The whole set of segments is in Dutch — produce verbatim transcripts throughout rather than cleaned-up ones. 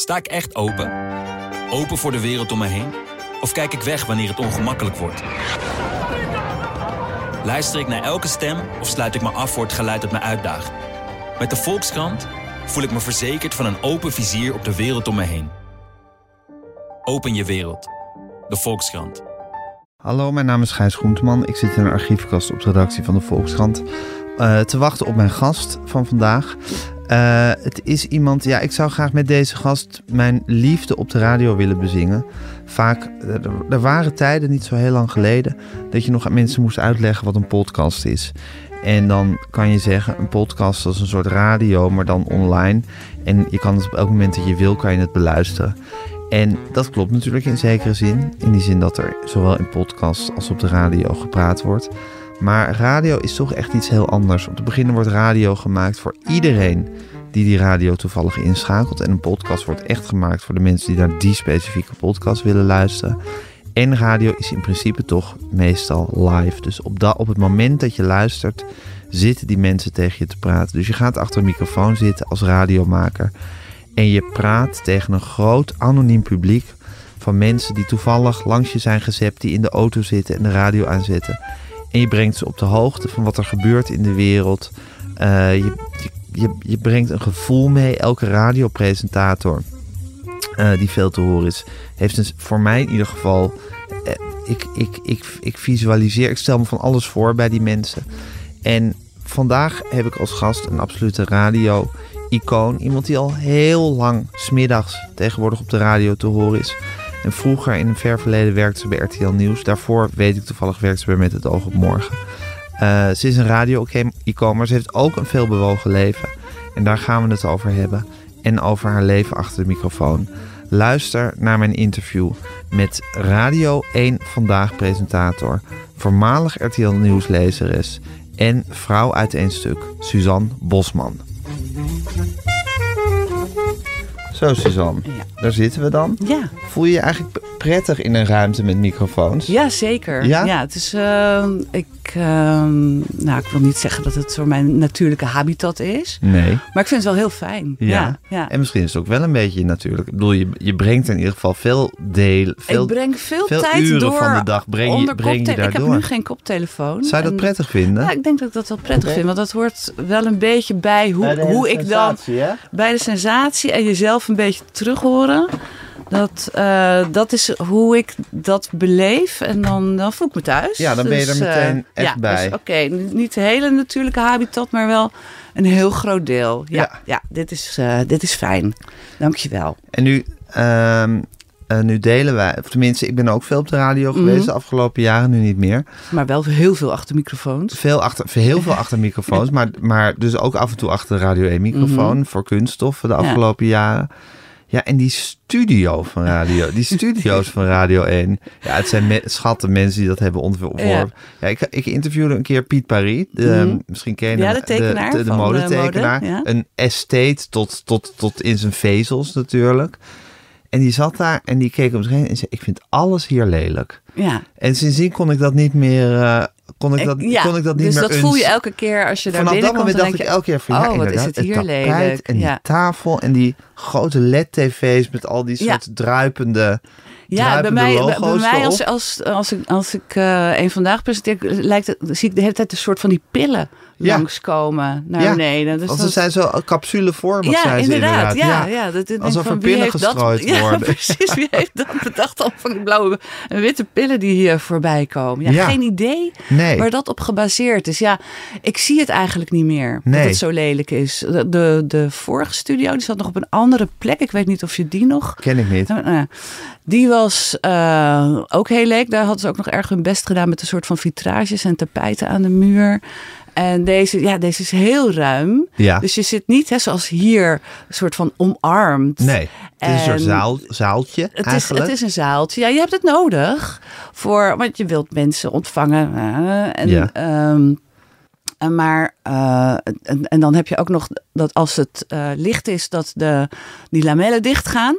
Sta ik echt open? Open voor de wereld om me heen? Of kijk ik weg wanneer het ongemakkelijk wordt? Luister ik naar elke stem of sluit ik me af voor het geluid dat me uitdaagt? Met de Volkskrant voel ik me verzekerd van een open vizier op de wereld om me heen. Open je wereld. De Volkskrant. Hallo, mijn naam is Gijs Groenteman. Ik zit in een archiefkast op de redactie van de Volkskrant. Uh, te wachten op mijn gast van vandaag. Uh, het is iemand, ja, ik zou graag met deze gast mijn liefde op de radio willen bezingen. Vaak, er, er waren tijden, niet zo heel lang geleden, dat je nog aan mensen moest uitleggen wat een podcast is. En dan kan je zeggen, een podcast is een soort radio, maar dan online. En je kan het op elk moment dat je wil, kan je het beluisteren. En dat klopt natuurlijk in zekere zin. In die zin dat er zowel in podcast als op de radio gepraat wordt. Maar radio is toch echt iets heel anders. Om te beginnen wordt radio gemaakt voor iedereen die die radio toevallig inschakelt. En een podcast wordt echt gemaakt voor de mensen die naar die specifieke podcast willen luisteren. En radio is in principe toch meestal live. Dus op, da- op het moment dat je luistert, zitten die mensen tegen je te praten. Dus je gaat achter een microfoon zitten als radiomaker. En je praat tegen een groot anoniem publiek van mensen die toevallig langs je zijn gezept, die in de auto zitten en de radio aanzetten. En je brengt ze op de hoogte van wat er gebeurt in de wereld. Uh, je, je, je brengt een gevoel mee. Elke radiopresentator uh, die veel te horen is, heeft een, voor mij in ieder geval... Uh, ik, ik, ik, ik visualiseer, ik stel me van alles voor bij die mensen. En vandaag heb ik als gast een absolute radio-icoon. Iemand die al heel lang 's middags tegenwoordig op de radio te horen is. En vroeger in een ver verleden werkte ze bij R T L Nieuws. Daarvoor, weet ik toevallig, werkte ze bij Met het oog op morgen. Uh, ze is een radio-icoon, maar ze heeft ook een veelbewogen leven. En daar gaan we het over hebben. En over haar leven achter de microfoon. Luister naar mijn interview met Radio één Vandaag presentator, voormalig R T L Nieuwslezeres en vrouw uit één stuk, Suzanne Bosman. Zo, Suzanne, ja. Daar zitten we dan. Ja. Voel je je eigenlijk prettig in een ruimte met microfoons? Ja, zeker. Ja? Ja, het is, uh, ik, uh, nou, ik wil niet zeggen dat het voor mijn natuurlijke habitat is. Nee. Maar ik vind het wel heel fijn. Ja. Ja, ja. En misschien is het ook wel een beetje natuurlijk. Ik bedoel, je, je brengt in ieder geval veel deel, veel, ik breng veel, veel tijd uren door van de dag. Breng je, breng je daardoor. Ik heb nu geen koptelefoon. Zou je dat en, prettig vinden? Ja, ik denk dat ik dat wel prettig Okay. vind. Want dat hoort wel een beetje bij hoe, bij de hoe ik dan... Hè? Bij de sensatie en jezelf een beetje terug horen. Dat, uh, dat is hoe ik dat beleef. En dan, dan voel ik me thuis. Ja, dan ben je dus, er meteen uh, echt ja, bij. Dus, Oké, okay, niet de hele natuurlijke habitat, maar wel een heel groot deel. Ja, ja. ja dit, is, uh, dit is fijn. Dankjewel. En nu, uh, uh, nu delen wij, of tenminste, ik ben ook veel op de radio geweest mm-hmm. de afgelopen jaren, nu niet meer. Maar wel heel veel achter microfoons. Veel achter, heel veel achter microfoons, maar, maar dus ook af en toe achter de Radio één microfoon mm-hmm. voor kunststoffen de afgelopen ja. jaren. Ja, en die studio van radio, die studio's van Radio één. Ja, het zijn me- schatten mensen die dat hebben ontworpen. Ja. Ja, ik, ik interviewde een keer Piet Paris. De, mm. Misschien ken je ja, de tekenaar. De, de, de modetekenaar. De mode, ja. Een estate tot, tot, tot in zijn vezels natuurlijk. En die zat daar en die keek om zich heen en zei, ik vind alles hier lelijk. Ja. En sindsdien kon ik dat niet meer... Uh, Kon ik dat, ja, kon ik dat niet dus meer dat eens... voel je elke keer als je daar Vanaf binnenkomt. Vanaf dat moment dacht ik elke keer van, ja, oh, wat is het hier het tapijt lelijk. en ja. die tafel en die grote L E D-tv's met al die soort ja. druipende, ja, bij mij, logo's bij mij als, als, als ik, als ik uh, een vandaag presenteer, lijkt het, zie ik de hele tijd een soort van die pillen ja. langskomen naar ja. beneden. Dus als dat... ze zijn zo capsulevormig, ja, zijn ze inderdaad. inderdaad. Ja, ja. Dat, dat, alsof van, er pillen gestrooid dat, worden. Ja, precies. Wie heeft dat bedacht? Al van die blauwe en witte pillen die hier voorbij komen. Ja, ja. Geen idee nee. waar dat op gebaseerd is. Ja, ik zie het eigenlijk niet meer nee. dat het zo lelijk is. De, de, de vorige studio, die zat nog op een andere plek. Ik weet niet of je die nog... Ken ik niet. Uh, die was uh, ook heel leuk. Daar hadden ze ook nog erg hun best gedaan met een soort van vitrages en tapijten aan de muur. En deze, ja, deze is heel ruim. Ja. Dus je zit niet, hè, zoals hier, een soort van omarmd. Nee, het is een soort zaal, zaaltje het eigenlijk. Is, het is een zaaltje. Ja, je hebt het nodig. Voor, want je wilt mensen ontvangen. Uh, en, ja. Um, maar, uh, en, en dan heb je ook nog dat als het uh, licht is, dat de, die lamellen dicht gaan.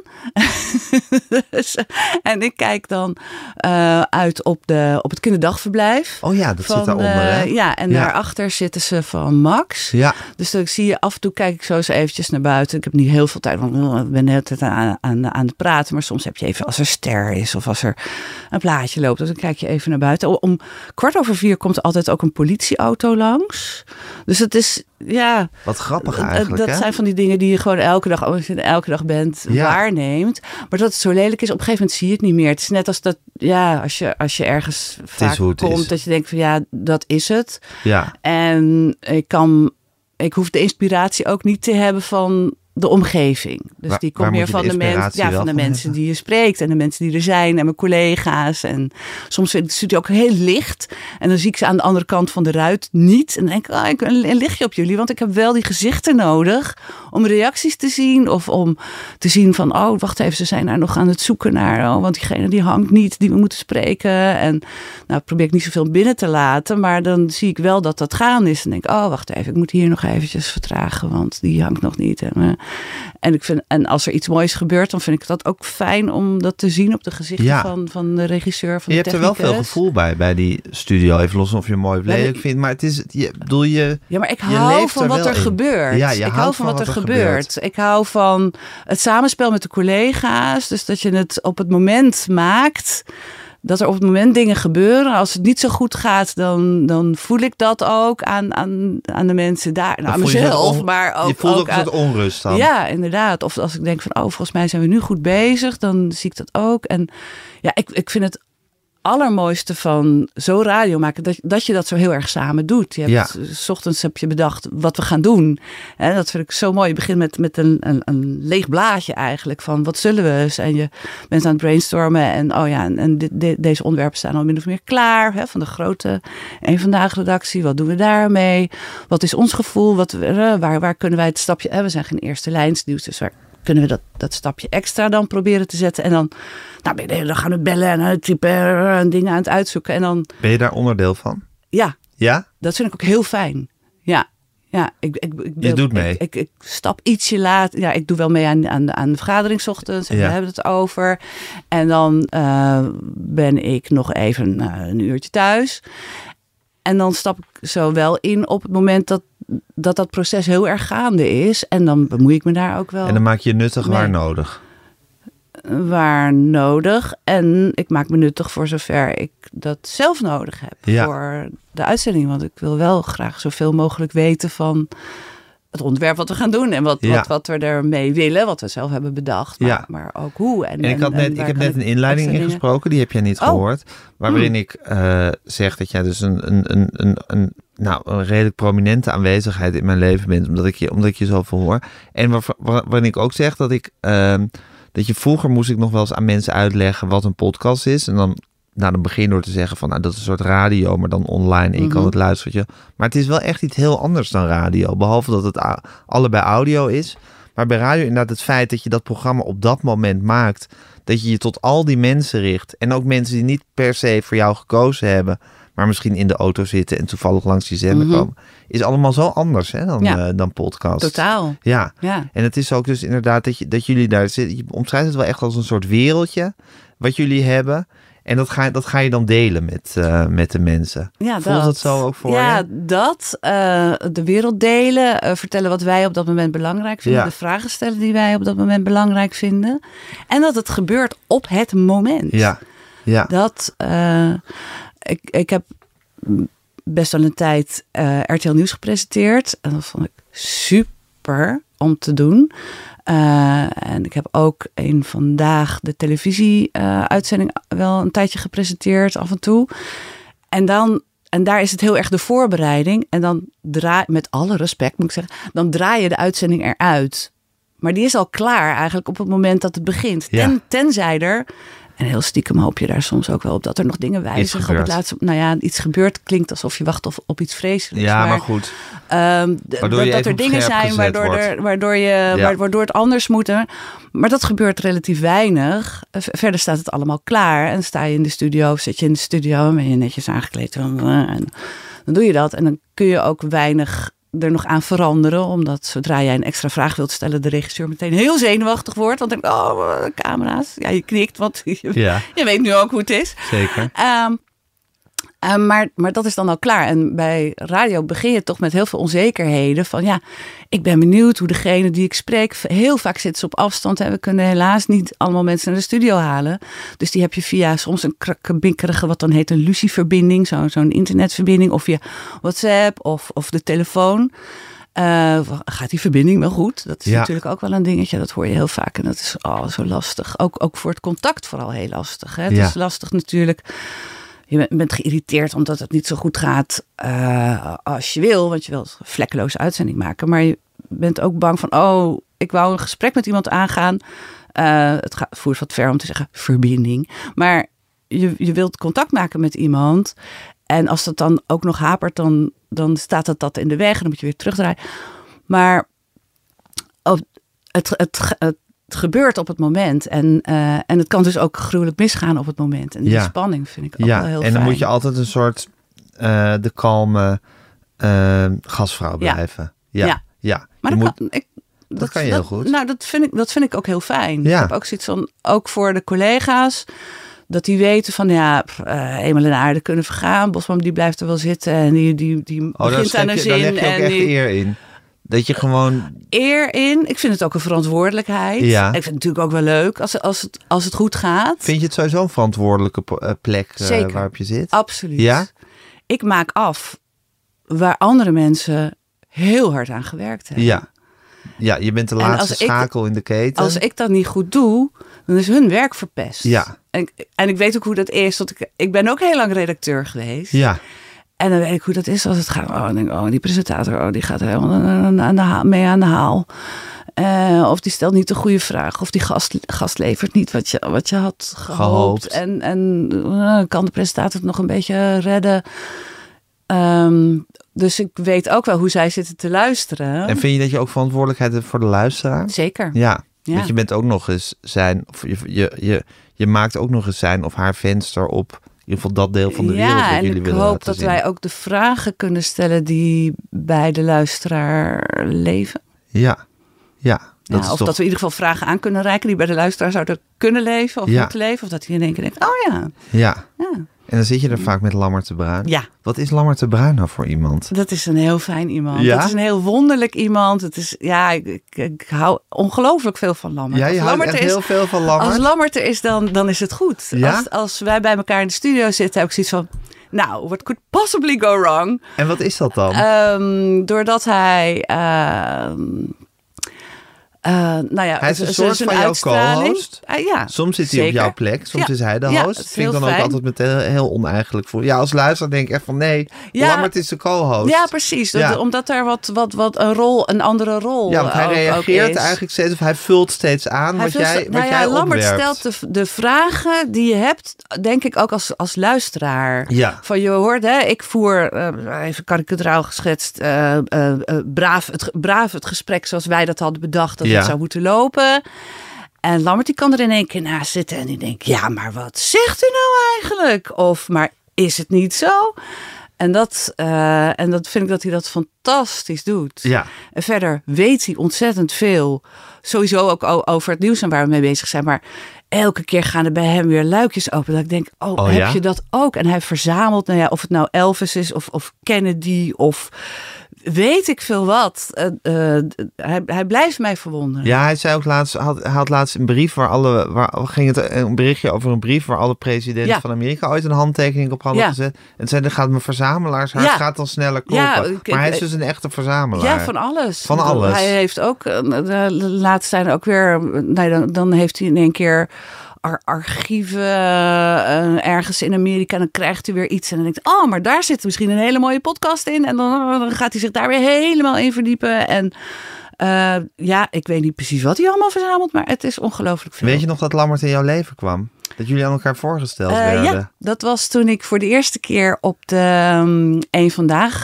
dus, en ik kijk dan uh, uit op, de, op het kinderdagverblijf. Oh ja, dat van, zit daaronder, hè? Uh, ja, en ja. daarachter zitten ze van Max. Ja. Dus dan zie je af en toe, kijk ik zo eens eventjes naar buiten. Ik heb niet heel veel tijd, want ik ben de hele tijd aan, aan, aan het praten. Maar soms heb je even, als er ster is of als er een plaatje loopt. Dus dan kijk je even naar buiten. Om kwart over vier komt er altijd ook een politieauto langs. Dus het is, ja... Wat grappig eigenlijk, Dat hè? zijn van die dingen die je gewoon elke dag, als je elke dag bent, ja. waarneemt. Maar dat het zo lelijk is, op een gegeven moment zie je het niet meer. Het is net als dat, ja, als je, als je ergens vaak komt, is. Dat je denkt van, ja, dat is het. Ja. En ik kan, ik hoef de inspiratie ook niet te hebben van de omgeving. Dus waar, die komt meer van de, mens, ja, van de van mensen die je spreekt en de mensen die er zijn en mijn collega's. En soms vind ik de studio ook heel licht. En dan zie ik ze aan de andere kant van de ruit niet. En dan denk ik, oh, ik een, een lichtje op jullie. Want ik heb wel die gezichten nodig om reacties te zien. Of om te zien van, oh, wacht even, ze zijn daar nog aan het zoeken naar. Oh, want diegene die hangt niet, die we moeten spreken. En nou probeer ik niet zoveel binnen te laten. Maar dan zie ik wel dat dat gaan is. En denk ik, oh, wacht even, ik moet hier nog eventjes vertragen. Want die hangt nog niet. En, En, ik vind, en als er iets moois gebeurt, dan vind ik dat ook fijn om dat te zien op de gezichten ja. van, van de regisseur, van je de Je hebt er wel veel gevoel bij, bij die studio. Even los of je mooi of lelijk vindt. Maar het is, je, bedoel je... Ja, maar ik hou van wat er in. gebeurt. Ja, je ik hou van wat, wat er, er gebeurt. gebeurt. Ik hou van het samenspel met de collega's. Dus dat je het op het moment maakt... Dat er op het moment dingen gebeuren. Als het niet zo goed gaat, dan, dan voel ik dat ook aan, aan, aan de mensen daar. Nou, aan mezelf, on, maar ook... Je voelt ook, ook een soort onrust dan. Ja, inderdaad. Of als ik denk van, oh, volgens mij zijn we nu goed bezig. Dan zie ik dat ook. En ja, ik, ik vind het allermooiste van zo radio maken, dat, dat je dat zo heel erg samen doet. Je hebt, ja. 's ochtends heb je bedacht wat we gaan doen. He, dat vind ik zo mooi. Je begint met, met een, een, een leeg blaadje eigenlijk van wat zullen we eens? En je bent aan het brainstormen en oh ja, en, en dit, dit, deze onderwerpen staan al min of meer klaar. He, van de grote Eén Vandaag redactie. Wat doen we daarmee? Wat is ons gevoel? Wat, waar, waar kunnen wij het stapje... He, we zijn geen eerste lijnsnieuws, dus waar kunnen we dat, dat stapje extra dan proberen te zetten. En dan, nou, ben je, dan gaan we bellen en het typen en dingen aan het uitzoeken. En dan, ben je daar onderdeel van? Ja. Ja? Dat vind ik ook heel fijn. Ja. Ja, ik, ik, ik, je doet mee. Ik, ik, ik stap ietsje laat. Ja, ik doe wel mee aan, aan, aan de vergaderingsochtends. En ja. We hebben het over. En dan uh, ben ik nog even uh, een uurtje thuis. En dan stap ik zo wel in op het moment dat dat, dat proces heel erg gaande is. En dan bemoei ik me daar ook wel. En dan maak je je nuttig mee. Waar nodig. Waar nodig. En ik maak me nuttig voor zover ik dat zelf nodig heb. Ja. Voor de uitzending. Want ik wil wel graag zoveel mogelijk weten van het onderwerp wat we gaan doen. En wat, ja. wat, wat we ermee willen. Wat we zelf hebben bedacht. Maar, ja. maar ook hoe. En, en ik, had net, en ik heb net een inleiding ingesproken. Die heb jij niet oh. gehoord. Waarin hmm. ik uh, zeg dat jij dus een, een, een, een, een, nou, een redelijk prominente aanwezigheid in mijn leven bent. Omdat ik je, omdat ik je zoveel hoor. En waar, waar, waarin ik ook zeg dat ik... Uh, dat je vroeger moest ik nog wel eens aan mensen uitleggen wat een podcast is. En dan, nou, dan begin je door te zeggen van, nou, dat is een soort radio, maar dan online. En je mm-hmm. kan het luisteren. Maar het is wel echt iets heel anders dan radio. Behalve dat het a- allebei audio is. Maar bij radio inderdaad het feit dat je dat programma op dat moment maakt. Dat je je tot al die mensen richt. En ook mensen die niet per se voor jou gekozen hebben. Maar misschien in de auto zitten en toevallig langs die zender mm-hmm. komen. Is allemaal zo anders hè, dan, ja. uh, dan podcast. Totaal. Ja. ja. En het is ook dus inderdaad dat, je, dat jullie daar zitten. Je omschrijft het wel echt als een soort wereldje. Wat jullie hebben. En dat ga, dat ga je dan delen met, uh, met de mensen. Ja, Voelt dat. het zo ook voor ja, je? Ja, dat. Uh, de wereld delen. Uh, vertellen wat wij op dat moment belangrijk vinden. Ja. De vragen stellen die wij op dat moment belangrijk vinden. En dat het gebeurt op het moment. Ja. ja. Dat... Uh, Ik, ik heb best wel een tijd uh, R T L Nieuws gepresenteerd. En dat vond ik super om te doen. Uh, en ik heb ook een vandaag de televisie-uitzending uh, wel een tijdje gepresenteerd af en toe. En dan... En daar is het heel erg de voorbereiding. En dan draai, met alle respect moet ik zeggen, dan draai je de uitzending eruit. Maar die is al klaar eigenlijk op het moment dat het begint. Ten, ja. Tenzij er... En heel stiekem hoop je daar soms ook wel op dat er nog dingen wijzigen. Op het laatste, nou ja, iets gebeurt klinkt alsof je wacht op, op iets vreselijks. Ja, maar, maar goed. Um, d- dat, dat er dingen zijn waardoor, er, waardoor, je, ja. waardoor het anders moet. Maar dat gebeurt relatief weinig. Verder staat het allemaal klaar. En sta je in de studio of zit je in de studio en ben je netjes aangekleed. En dan doe je dat. En dan kun je ook weinig er nog aan veranderen. Omdat zodra jij een extra vraag wilt stellen, de regisseur meteen heel zenuwachtig wordt. Want dan denk ik, oh, camera's. Ja, je knikt, want je, ja. je weet nu ook hoe het is. Zeker. Um, Uh, maar, maar dat is dan al klaar. En bij radio begin je toch met heel veel onzekerheden. Van ja, ik ben benieuwd hoe degene die ik spreek... Heel vaak zitten ze op afstand. En we kunnen helaas niet allemaal mensen naar de studio halen. Dus die heb je via soms een krakkebinkerige... wat dan heet een Lucie-verbinding. Zo, zo'n internetverbinding. Of via WhatsApp of, of de telefoon. Uh, gaat die verbinding wel goed? Dat is ja. natuurlijk ook wel een dingetje. Dat hoor je heel vaak. En dat is oh, zo lastig. Ook, ook voor het contact vooral heel lastig. Hè? Het ja. is lastig natuurlijk... Je bent geïrriteerd omdat het niet zo goed gaat uh, als je wil. Want je wilt een vlekkeloze uitzending maken. Maar je bent ook bang van... oh, ik wou een gesprek met iemand aangaan. Uh, het gaat, voert wat ver om te zeggen verbinding. Maar je, je wilt contact maken met iemand. En als dat dan ook nog hapert... dan, dan staat het dat in de weg. En dan moet je weer terugdraaien. Maar oh, het... het, het Het gebeurt op het moment. En, uh, en het kan dus ook gruwelijk misgaan op het moment. En die ja. spanning vind ik ook ja. wel heel en fijn. Dan moet je altijd een soort uh, de kalme uh, gastvrouw blijven. Ja, ja. ja. ja. Maar je dat, moet, kan, ik, dat, dat kan je dat, heel goed. Nou, dat vind, ik, dat vind ik ook heel fijn. Ja. Ik heb ook zoiets van, ook voor de collega's... dat die weten van, ja, uh, eenmaal in de aarde kunnen vergaan. Bosman die blijft er wel zitten. En die, die, die oh, begint aan een zin. Daar leg je ook en echt die, eer in. Dat je gewoon... Eer in. Ik vind het ook een verantwoordelijkheid. Ja. Ik vind het natuurlijk ook wel leuk als, als, het, als het goed gaat. Vind je het sowieso een verantwoordelijke plek uh, waarop je zit? Absoluut. Ja? Ik maak af waar andere mensen heel hard aan gewerkt hebben. Ja, ja je bent de laatste schakel ik, in de keten. Als ik dat niet goed doe, dan is hun werk verpest. Ja. En, en ik weet ook hoe dat is. Want ik, ik ben ook heel lang redacteur geweest. Ja. En dan weet ik hoe dat is als het gaat. Oh, dan denk ik, oh, die presentator, oh, die gaat er helemaal aan de haal, mee aan de haal. Uh, of die stelt niet de goede vraag. Of die gast, gast levert niet wat je, wat je had gehoopt. gehoopt. En, en uh, kan de presentator het nog een beetje redden. Um, dus ik weet ook wel hoe zij zitten te luisteren. En vind je dat je ook verantwoordelijkheid hebt voor de luisteraar? Zeker. Ja, ja. Want je bent ook nog eens zijn... Of je, je, je, je maakt ook nog eens zijn of haar venster op... in ieder geval dat deel van de wereld ja, dat jullie willen laten zien. Ja, en ik hoop dat wij ook de vragen kunnen stellen die bij de luisteraar leven. Ja, ja. Dat ja is of toch... dat we in ieder geval vragen aan kunnen reiken die bij de luisteraar zouden kunnen leven of ja. moeten leven. Of dat hij in één keer denkt, oh ja. Ja. ja. En dan zit je er vaak met Lammert de Bruin. Ja. Wat is Lammert de Bruin nou voor iemand? Dat is een heel fijn iemand. Ja? Dat is een heel wonderlijk iemand. Het is, ja, ik, ik, ik hou ongelooflijk veel van Lammert. Ja, je als houdt Lammert echt is, heel veel van Lammert. Als Lammert er is, dan, dan is het goed. Ja? Als, als wij bij elkaar in de studio zitten, heb ik zoiets van... Nou, what could possibly go wrong? En wat is dat dan? Um, doordat hij... Uh, Uh, nou ja, hij is een soort van jouw co-host. Uh, ja, soms zit hij zeker. op jouw plek, soms ja. is hij de ja, host. Dat vind ik dan fijn. ook altijd meteen heel oneigenlijk voor. Ja, als luisteraar denk ik echt van nee, ja. Lammert is de co-host. Ja, precies. Ja. Dat, omdat er wat, wat, wat een rol, een andere rol. Ja, want hij ook, reageert ook is. eigenlijk steeds of hij vult steeds aan hij wat vult, jij, wat nou jij ja, Lammert opwerpt. stelt de, de vragen die je hebt, denk ik ook als, als luisteraar. Ja. Van je hoort, hè, ik voer, uh, even karikaturaal geschetst, uh, uh, uh, braaf, het, braaf het gesprek zoals wij dat hadden bedacht dat ja. het zou moeten lopen. En Lammert die kan er in één keer naast zitten en die denkt, ja, maar wat zegt u nou eigenlijk? Of, maar is het niet zo? En dat, uh, en dat vind ik dat hij dat fantastisch doet. Ja. En verder weet hij ontzettend veel. Sowieso ook over het nieuws en waar we mee bezig zijn. Maar elke keer gaan er bij hem weer luikjes open. Dat ik denk, oh, oh heb ja? je dat ook? En hij verzamelt, nou ja, of het nou Elvis is of, of Kennedy of... weet ik veel wat. Uh, uh, hij, hij blijft mij verwonderen. Ja, hij zei ook laatst, had, hij had laatst een brief waar alle, waar ging het een berichtje over een brief waar alle presidenten ja. van Amerika ooit een handtekening op hadden ja. gezet. En zei, dan gaat mijn verzamelaars, hij ja. gaat dan sneller kopen. Ja, ik, maar hij is dus een echte verzamelaar. Ja, van alles. Van alles. Hij heeft ook, uh, laatst zijn ook weer, nee, dan, dan heeft hij in één keer ar- archieven uh, ergens in Amerika. En dan krijgt hij weer iets. En dan denkt hij, oh, maar daar zit misschien een hele mooie podcast in. En dan, dan gaat hij zich daar weer helemaal in verdiepen. En uh, ja, ik weet niet precies wat hij allemaal verzamelt. Maar het is ongelooflijk veel. Weet je nog dat Lammert in jouw leven kwam? Dat jullie aan elkaar voorgesteld uh, werden? Ja, dat was toen ik voor de eerste keer op de um, Eén Vandaag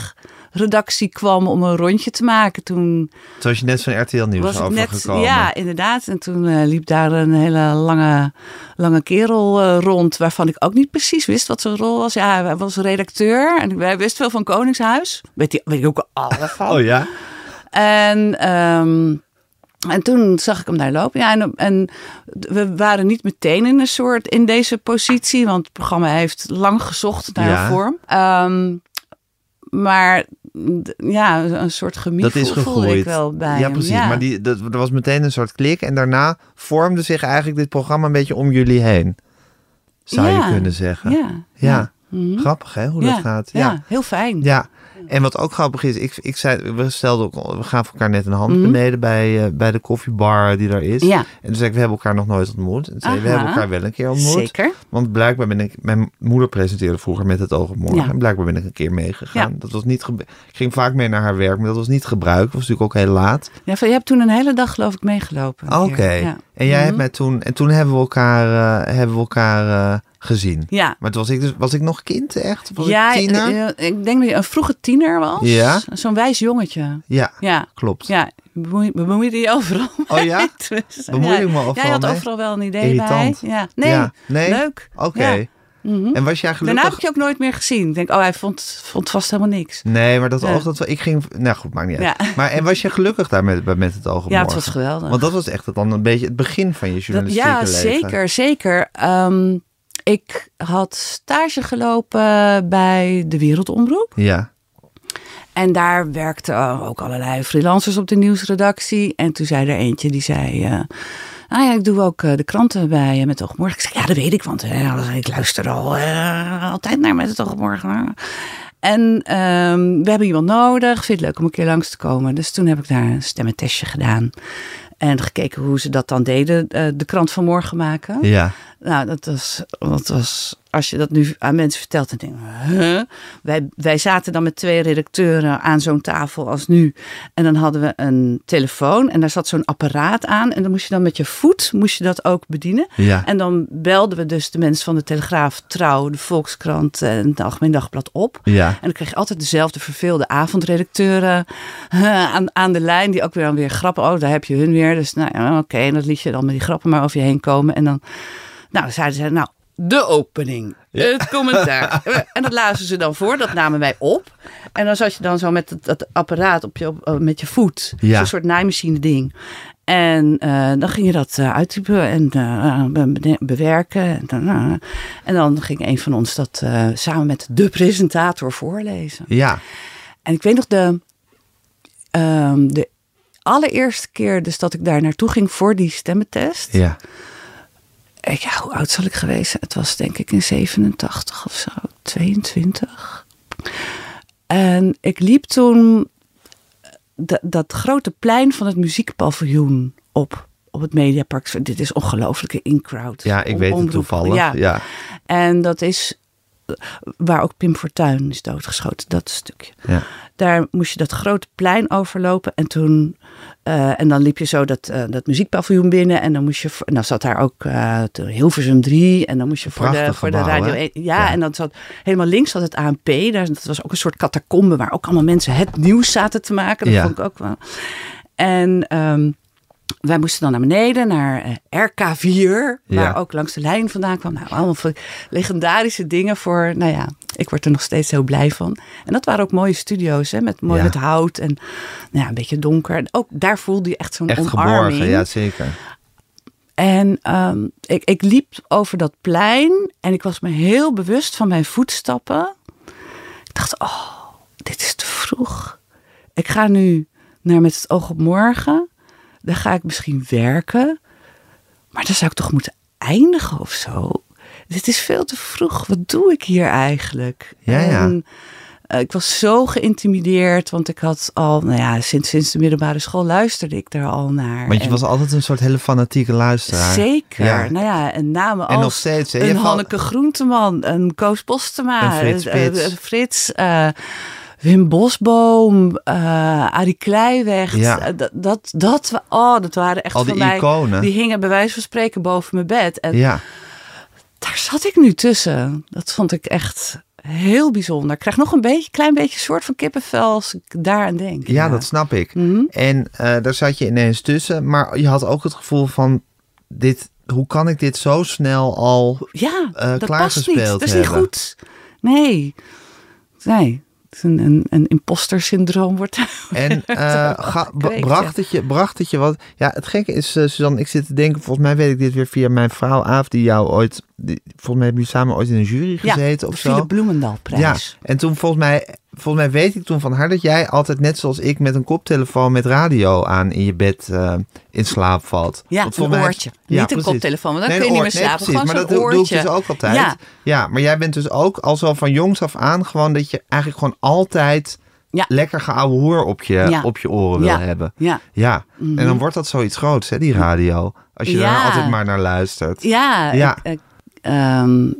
redactie kwam om een rondje te maken. Toen Zoals je net van R T L Nieuws was ik net, overgekomen. ja, inderdaad. En toen uh, liep daar een hele lange, lange kerel uh, rond, waarvan ik ook niet precies wist wat zijn rol was. Ja, hij was redacteur en hij wist veel van Koningshuis. Weet, die, weet ik ook alles van. Oh ja? En... Um, En toen zag ik hem daar lopen. Ja, en, en we waren niet meteen in een soort in deze positie, want het programma heeft lang gezocht naar ja. een vorm. Um, maar ja, een soort gemiddeld dat is gegroeid. voelde ik wel bij ja, hem. precies. Ja. Maar die, dat, er was meteen een soort klik en daarna vormde zich eigenlijk dit programma een beetje om jullie heen. Zou ja. je kunnen zeggen. Ja. Ja. ja. Mm-hmm. Grappig hè, hoe ja. dat gaat. Ja. Ja, heel fijn. Ja. En wat ook grappig is, ik, ik zei, we stelden ook, we gaven elkaar net een hand Mm-hmm. beneden bij, uh, bij de koffiebar die daar is. Ja. En toen zei ik, we hebben elkaar nog nooit ontmoet. En toen zei ik, we hebben elkaar wel een keer ontmoet. Zeker. Want blijkbaar ben ik, mijn moeder presenteerde vroeger Met het oog op morgen. Ja. En blijkbaar ben ik een keer meegegaan. Ja. Dat was niet gebe- ik ging vaak mee naar haar werk, maar dat was niet gebruik. Dat was natuurlijk ook heel laat. Ja, je hebt toen een hele dag geloof ik meegelopen. Oké. Okay. Ja. En jij mm-hmm. hebt mij toen, en toen hebben we elkaar, uh, hebben we elkaar uh, gezien. Ja. Maar toen was ik dus, was ik nog kind echt? Was ja, ik tiener? ik, ik denk dat je een vroege tiener was. Ja. Zo'n wijs jongetje. Ja, ja. klopt. Ja, bemoei, bemoeide je overal Oh ja? dus, Bemoei ja. ik me overal Jij had mee? overal wel een idee Irritant. bij. Ja. Nee, ja. nee, leuk. Oké. Okay. Ja. Mm-hmm. En was jij gelukkig? Daarna heb ik je ook nooit meer gezien. Ik denk, oh, hij vond, vond vast helemaal niks. Nee, maar dat ja. oog, dat ik ging... Nou goed, maakt niet uit. Ja. Maar en was je gelukkig daar met, met het oog op Ja, morgen? het was geweldig. Want dat was echt dan een beetje het begin van je journalistieke dat, ja, leven. zeker, zeker. Um, ik had stage gelopen bij de Wereldomroep. Ja. En daar werkten ook allerlei freelancers op de nieuwsredactie. En toen zei er eentje, die zei... Uh, ah ja, ik doe ook uh, de kranten bij uh, Met het Oog op Morgen. Ik zei, ja, dat weet ik, want uh, ik luister al uh, altijd naar Met het Oog op Morgen. En um, we hebben iemand nodig. Vind je het leuk om een keer langs te komen? Dus toen heb ik daar een stemmentestje gedaan. En gekeken hoe ze dat dan deden, uh, de krant van morgen maken. Ja. Nou, dat was, dat was, als je dat nu aan mensen vertelt, dan denk je, huh? wij, wij zaten dan met twee redacteuren aan zo'n tafel als nu. En dan hadden we een telefoon en daar zat zo'n apparaat aan. En dan moest je dan met je voet, moest je dat ook bedienen. Ja. En dan belden we dus de mensen van de Telegraaf, Trouw, de Volkskrant en het Algemeen Dagblad op. Ja. En dan kreeg je altijd dezelfde verveelde avondredacteuren uh, aan, aan de lijn. Die ook weer dan weer grappen, oh, daar heb je hun weer. Dus nou ja, oké, okay, en dat liet je dan met die grappen maar over je heen komen. En dan... Nou, zeiden ze, nou, de opening, ja. Het commentaar. En dat lazen ze dan voor, dat namen wij op. En dan zat je dan zo met dat, dat apparaat op je, op, met je voet. Ja. Zo'n soort naaimachine ding. En uh, dan ging je dat uh, uittypen en uh, bewerken. En, uh, en dan ging een van ons dat uh, samen met de presentator voorlezen. Ja. En ik weet nog de, uh, de allereerste keer dus dat ik daar naartoe ging voor die stemmentest. Ja. Ik, ja, hoe oud zal ik geweest zijn? Het was denk ik in zevenentachtig of zo, tweeëntwintig. En ik liep toen d- dat grote plein van het muziekpaviljoen op, op het Mediapark. Dit is ongelooflijke in-crowd. Ja, ik om, weet het omroep. toevallig. Ja. Ja. En dat is waar ook Pim Fortuyn is doodgeschoten, dat stukje. Ja. Daar moest je dat grote plein overlopen en toen uh, en dan liep je zo dat, uh, dat muziekpaviljoen binnen en dan moest je, voor, en dan zat daar ook uh, Hilversum drie en dan moest je voor de, voor de radio één, ja, ja, en dan zat helemaal links zat het A N P, daar, dat was ook een soort catacombe waar ook allemaal mensen het nieuws zaten te maken, dat ja. vond ik ook wel. En um, wij moesten dan naar beneden, naar uh, R K vier, waar ja. ook langs de lijn vandaan kwam. Nou, allemaal legendarische dingen voor, nou ja, ik word er nog steeds heel blij van. En dat waren ook mooie studio's, hè, met, mooi ja. met hout en nou ja, een beetje donker. En ook daar voelde je echt zo'n echt omarming. Geborgen, ja, zeker. En um, ik, ik liep over dat plein en ik was me heel bewust van mijn voetstappen. Ik dacht, oh, dit is te vroeg. Ik ga nu naar Met het Oog op Morgen. Dan ga ik misschien werken. Maar dan zou ik toch moeten eindigen of zo. Dit is veel te vroeg. Wat doe ik hier eigenlijk? Ja, ja. En, uh, ik was zo geïntimideerd. Want ik had al, nou ja, sinds, sinds de middelbare school luisterde ik daar al naar. Want je en, was altijd een soort hele fanatieke luisteraar. Zeker. Ja. Nou ja, en namen als en nog steeds, hè? een val... Hanneke Groenteman, een Koos Postema. Een Frits Spits. Uh, uh, Frits... Uh, Wim Bosboom, uh, Arie Kleiweg. Ja. Uh, dat, dat, dat, oh, dat waren echt al die voor mij, iconen. Die hingen bij wijze van spreken boven mijn bed. En ja. daar zat ik nu tussen. Dat vond ik echt heel bijzonder. Ik krijg nog een beetje, klein beetje soort van kippenvel als ik daaraan denk. Ja, ja. dat snap ik. Mm-hmm. En uh, daar zat je ineens tussen. Maar je had ook het gevoel van, dit, hoe kan ik dit zo snel al ja, uh, dat klaargespeeld hebben? Dat is niet goed. Nee. Nee. Een, een, een imposter-syndroom wordt. En uh, ga, bracht, het je, bracht het je wat? Ja, het gekke is, uh, Suzanne, ik zit te denken, volgens mij weet ik dit weer via mijn vrouw Aaf, die jou ooit, die, volgens mij hebben jullie samen ooit in een jury gezeten ja, of zo. Ja, de Bloemendaalprijs. Ja, en toen volgens mij, volgens mij weet ik toen van haar dat jij altijd net zoals ik met een koptelefoon met radio aan in je bed uh, in slaap valt. Ja, Want een mij, oortje. Ja, niet precies. een koptelefoon, want dan nee, kun je oor, niet meer slapen. Nee, precies, maar dat oortje. doe ik dus ook altijd. Ja. ja, maar jij bent dus ook al zo van jongs af aan gewoon dat je eigenlijk gewoon altijd ja. lekker geouwe hoer op je, ja. op je oren wil ja. hebben. Ja. ja. Mm-hmm. En dan wordt dat zoiets groots, hè, die radio. Als je ja. er altijd maar naar luistert. Ja, ja. Ik, ik, um,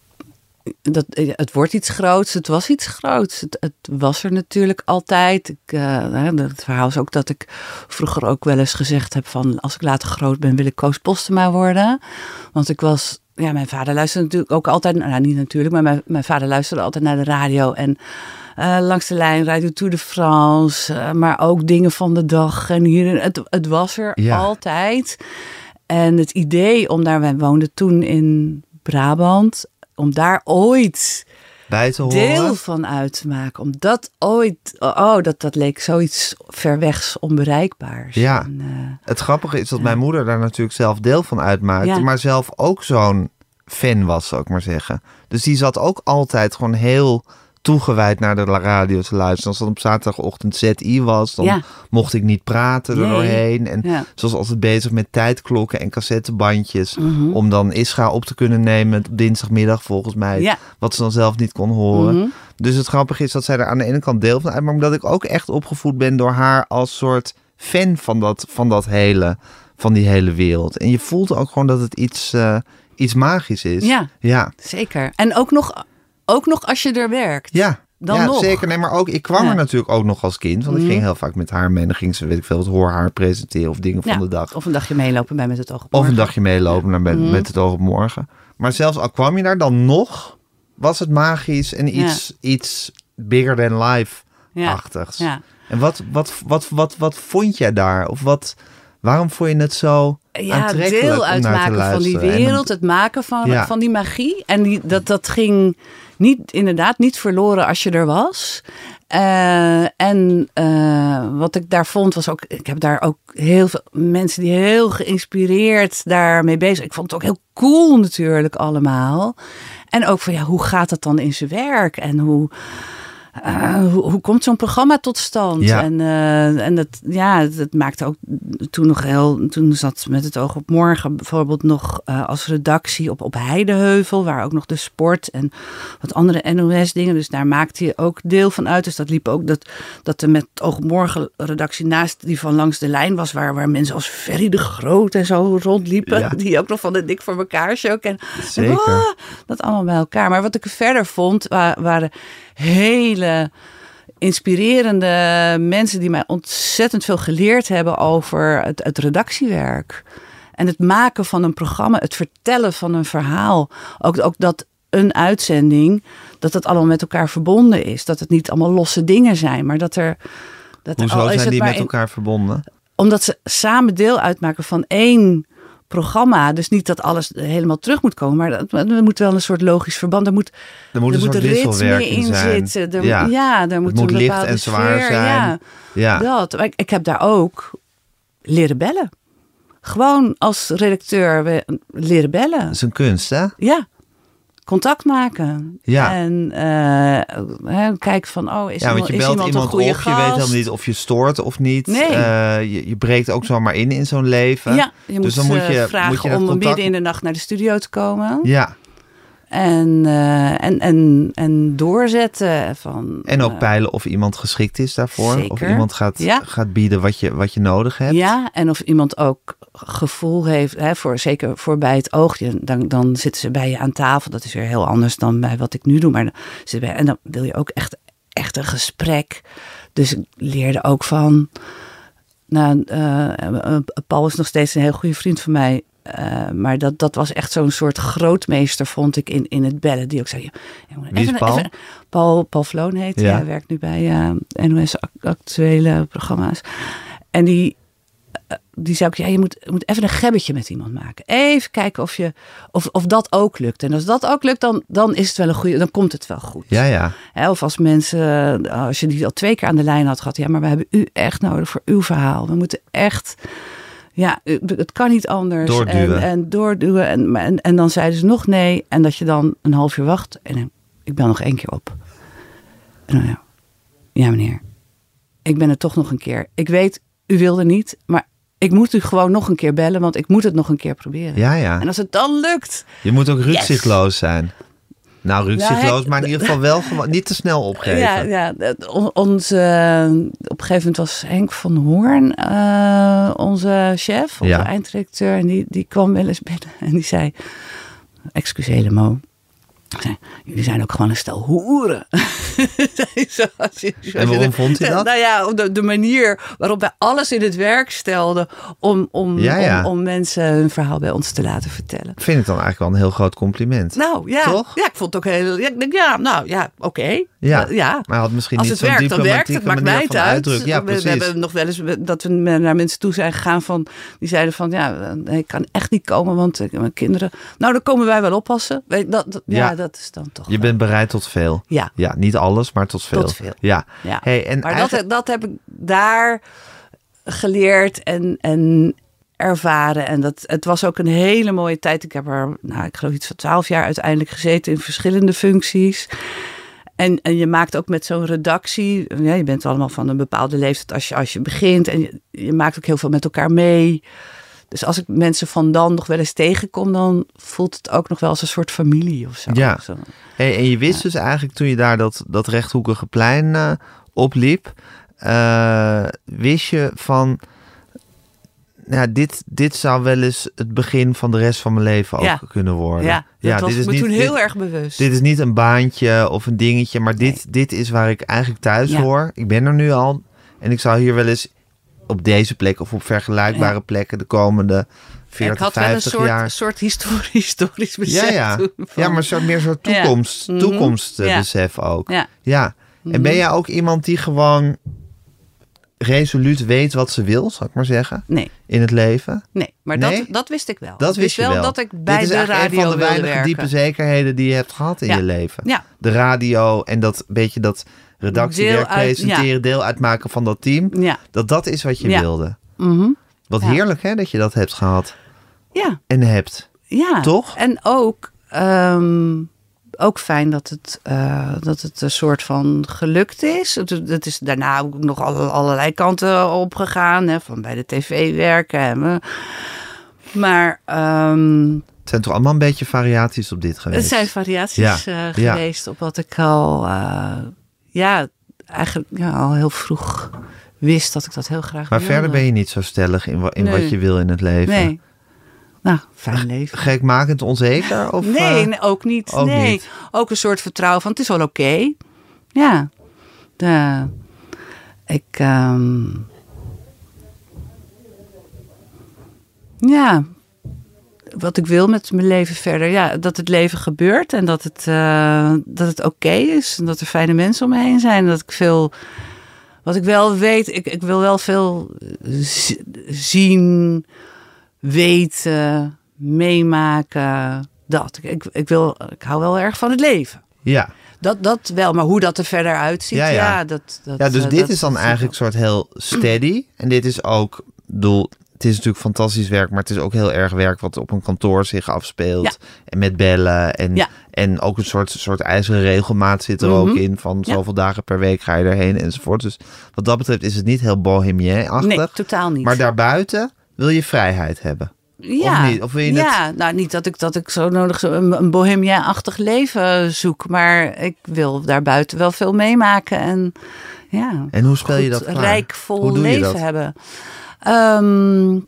dat, het wordt iets groots. Het was iets groots. Het, het was er natuurlijk altijd. Ik, uh, het verhaal is ook dat ik vroeger ook wel eens gezegd heb van, als ik later groot ben, wil ik Koos Postema worden. Want ik was, ja, mijn vader luisterde natuurlijk ook altijd, nou niet natuurlijk, maar mijn, mijn vader luisterde altijd naar de radio en Uh, langs de lijn, Radio Tour de France, uh, maar ook dingen van de dag. En hier, het, het was er ja. altijd. En het idee om daar, wij woonden toen in Brabant, om daar ooit bij te horen, deel van uit te maken. Om dat ooit, oh, dat, dat leek zoiets ver wegs onbereikbaars. Ja, en, uh, het grappige is dat uh, mijn moeder daar natuurlijk zelf deel van uitmaakte, ja. maar zelf ook zo'n fan was, zou ik maar zeggen. Dus die zat ook altijd gewoon heel toegewijd naar de radio te luisteren. Als dat op zaterdagochtend Z I was, dan ja. mocht ik niet praten er nee. doorheen. En ja. ze was altijd bezig met tijdklokken en cassettebandjes, mm-hmm. om dan Isra op te kunnen nemen op dinsdagmiddag volgens mij, ja. wat ze dan zelf niet kon horen. Mm-hmm. Dus het grappige is dat zij er aan de ene kant deel van uit, maar omdat ik ook echt opgevoed ben door haar als soort fan van dat, van dat hele, van die hele wereld. En je voelt ook gewoon dat het iets, uh, iets magisch is. Ja, ja, zeker. En ook nog Ook nog als je er werkt. Ja, dan ja nog. zeker. Nee, maar ook, ik kwam ja. er natuurlijk ook nog als kind. Want ik mm. ging heel vaak met haar mee. En dan ging ze, weet ik veel, het hoor haar presenteren of dingen ja. van de dag. Of een dagje meelopen bij Met het Oog op Morgen. Of een dagje meelopen naar met, mm. met het Oog op Morgen. Maar zelfs al kwam je daar dan nog, was het magisch en iets, ja. iets bigger than life-achtigs. Ja. Ja. En wat, wat, wat, wat, wat vond jij daar? Of wat, waarom vond je het zo ja, aantrekkelijk deel om naar uitmaken te luisteren? van die wereld, het maken van, ja. van die magie. En die, dat, dat ging niet, inderdaad niet verloren als je er was. Uh, en uh, wat ik daar vond was ook, ik heb daar ook heel veel mensen die heel geïnspireerd daarmee bezig. Ik vond het ook heel cool natuurlijk allemaal. En ook van ja, hoe gaat het dan in zijn werk? En hoe... Uh, hoe, hoe komt zo'n programma tot stand? Ja. En, uh, en dat, ja, dat maakte ook toen nog heel... Toen zat Met het Oog op Morgen bijvoorbeeld nog uh, als redactie op, op Heideheuvel, waar ook nog de sport en wat andere N O S dingen. Dus daar maakte je ook deel van uit. Dus dat liep ook dat, dat de Met het Oog op Morgen redactie naast die van Langs de Lijn was, waar, waar mensen als Ferry de Groot en zo rondliepen. Ja. Die ook nog van de Dik voor elkaar show. En, Zeker. En, oh, dat allemaal bij elkaar. Maar wat ik verder vond, waren hele inspirerende mensen die mij ontzettend veel geleerd hebben over het, het redactiewerk. En het maken van een programma, het vertellen van een verhaal. Ook, ook dat een uitzending, dat het allemaal met elkaar verbonden is. Dat het niet allemaal losse dingen zijn, maar dat er... Dat Hoezo er, al is zijn het die maar met in, elkaar verbonden? Omdat ze samen deel uitmaken van één programma. Dus niet dat alles helemaal terug moet komen, maar dat, er moet wel een soort logisch verband. Er moet, er moet, er een moet soort ritme in zijn. zitten. Er, ja. ja, er moet, moet een licht bepaalde en zwaar sfeer, zijn. Ja, ja. Dat. Ik, ik heb daar ook leren bellen. Gewoon als redacteur we, leren bellen. Dat is een kunst, hè? Ja. Contact maken. Ja. En uh, kijken van, oh, is, ja, want je is belt iemand, iemand een goede op, gast? Je weet helemaal niet of je stoort of niet. Nee. Uh, je, je breekt ook zomaar in in zo'n leven. Ja, je dus moet, dan moet je vragen moet je om contact... midden in de nacht naar de studio te komen. Ja. En, uh, en, en, en doorzetten. Van, en ook uh, peilen of iemand geschikt is daarvoor. Zeker. Of iemand gaat, ja. gaat bieden wat je, wat je nodig hebt. Ja, en of iemand ook gevoel heeft, hè, voor, zeker voor bij het oog. Dan, dan zitten ze bij je aan tafel. Dat is weer heel anders dan bij wat ik nu doe. Maar dan zit bij, en dan wil je ook echt, echt een gesprek. Dus ik leerde ook van... Nou, uh, Paul is nog steeds een heel goede vriend van mij. Uh, maar dat, dat was echt zo'n soort grootmeester, vond ik, in, in het bellen. Die ook zei, ja, wie is Paul? Even, Paul? Paul Vloon heet. Ja. Hij werkt nu bij uh, N O S actuele programma's. En die, uh, die zei ook, ja, je moet, je moet even een gebbetje met iemand maken. Even kijken of, je, of, of dat ook lukt. En als dat ook lukt, dan, dan is het wel een goede, dan komt het wel goed. Ja, ja. Hè, of als mensen, als je die al twee keer aan de lijn had gehad. Ja, maar we hebben u echt nodig voor uw verhaal. We moeten echt... Ja, het kan niet anders. Doorduwen. En, en doorduwen. En, en, en dan zeiden ze nog nee. En dat je dan een half uur wacht. En ik bel nog één keer op. En dan, ja. ja, meneer. Ik ben er toch nog een keer. Ik weet, u wilde niet. Maar ik moet u gewoon nog een keer bellen. Want ik moet het nog een keer proberen. Ja, ja. En als het dan lukt. Je moet ook rukzichtloos yes. zijn. Nou, rukzichtloos, nou, maar in ieder geval wel gewoon niet te snel opgeven. Ja, ja onze, uh, op een gegeven moment was Henk van Hoorn, uh, onze chef, onze ja. eindredacteur. En die, die kwam wel eens binnen en die zei, excuseer Mo, jullie zijn ook gewoon een stel hoeren. zo, als je, zo, en waarom vond hij dat? Nou ja, de, de manier waarop wij alles in het werk stelden om, om, ja, ja. om, om mensen hun verhaal bij ons te laten vertellen. Ik vind het dan eigenlijk wel een heel groot compliment. Nou ja, toch? Ja, ik vond het ook heel... Ja, ik denk, ja nou ja, oké. Okay. Ja, ja, maar hij had misschien als niet het zo'n werkt, dan werkt het. Maakt mij het uit. Ja, we, we hebben nog wel eens dat we naar mensen toe zijn gegaan van... Die zeiden van, ja, ik kan echt niet komen, want ik, mijn kinderen... Nou, dan komen wij wel oppassen. Dat, dat, ja, ja, dat is dan toch... Je bent bereid tot veel. Ja. Ja, niet alles, maar tot veel. Tot veel. Ja. ja. Hey, en maar eigenlijk... dat, dat heb ik daar geleerd en, en ervaren. En dat, het was ook een hele mooie tijd. Ik heb er, nou, ik geloof iets van twaalf jaar uiteindelijk gezeten in verschillende functies. En, en je maakt ook met zo'n redactie... Ja, je bent allemaal van een bepaalde leeftijd als je, als je begint. En je, je maakt ook heel veel met elkaar mee. Dus als ik mensen van dan nog wel eens tegenkom... dan voelt het ook nog wel als een soort familie of zo. Ja. Zo. Hey, en je wist ja. dus eigenlijk toen je daar dat, dat rechthoekige plein uh, opliep... Uh, wist je van... Ja, dit, dit zou wel eens het begin van de rest van mijn leven ook ja. kunnen worden. Ja, dat ja, was dit is me niet, toen dit, heel erg bewust. Dit is niet een baantje of een dingetje, maar dit, nee. dit is waar ik eigenlijk thuis ja. hoor. Ik ben er nu al en ik zou hier wel eens op deze plek of op vergelijkbare ja. plekken de komende veertig, vijftig jaar... Ik had wel een soort, soort historisch, historisch besef. Ja, ja. Van... ja maar zo, meer zo'n toekomst, ja. toekomstbesef ja. ook. Ja. ja. Mm-hmm. En ben jij ook iemand die gewoon... resoluut weet wat ze wil, zal ik maar zeggen. Nee. In het leven. Nee, maar nee? Dat, dat wist ik wel. Dat ik wist je wel. wel dat ik bij Dit de radio een van de weinige werken. diepe zekerheden die je hebt gehad in ja. je leven. Ja. De radio en dat beetje dat redactiewerk uit, presenteren, ja. deel uitmaken van dat team. Ja. Dat dat is wat je ja. wilde. Mm-hmm. Wat ja. heerlijk hè, dat je dat hebt gehad. Ja. En hebt. Ja. Toch? En ook... Um, Ook fijn dat het, uh, dat het een soort van gelukt is. Het, het is daarna ook nog alle, allerlei kanten opgegaan. Hè, van bij de tv werken. Hè. Maar... Um, het zijn toch allemaal een beetje variaties op dit geweest? Het zijn variaties ja. uh, geweest ja. op wat ik al... Uh, ja, eigenlijk ja, al heel vroeg wist dat ik dat heel graag maar wilde. verder ben je niet zo stellig in, in nee. wat je wil in het leven? Nee. Nou, fijn leven. Gekmakend onzeker? Of, nee, uh, nee, ook niet. Ook nee, niet. Ook een soort vertrouwen van het is wel oké. Okay. Ja. De, ik... Um, ja. Wat ik wil met mijn leven verder. Ja, dat het leven gebeurt. En dat het, uh, dat het oké okay is. En dat er fijne mensen om me heen zijn. Dat ik veel... Wat ik wel weet... Ik, ik wil wel veel z- zien... weten, meemaken, dat. Ik, ik, wil, ik hou wel erg van het leven. Ja. Dat, dat wel, maar hoe dat er verder uitziet, ja, ja. ja dat, dat... Ja, dus uh, dit dat, is dan eigenlijk een soort heel steady. En dit is ook, bedoel, het is natuurlijk fantastisch werk, maar het is ook heel erg werk wat op een kantoor zich afspeelt. Ja. En met bellen. En, ja. en ook een soort, soort ijzeren regelmaat zit er mm-hmm. ook in. Van zoveel ja. dagen per week ga je erheen enzovoort. Dus wat dat betreft is het niet heel bohemien-achtig. Nee, totaal niet. Maar daarbuiten wil je vrijheid hebben. Ja, of niet? Of wil je ja het... nou niet dat ik, dat ik zo nodig zo een, een bohemien-achtig leven zoek. Maar ik wil daarbuiten wel veel meemaken. En, ja, en hoe speel je dat klaar? Rijk, vol leven hebben. Um,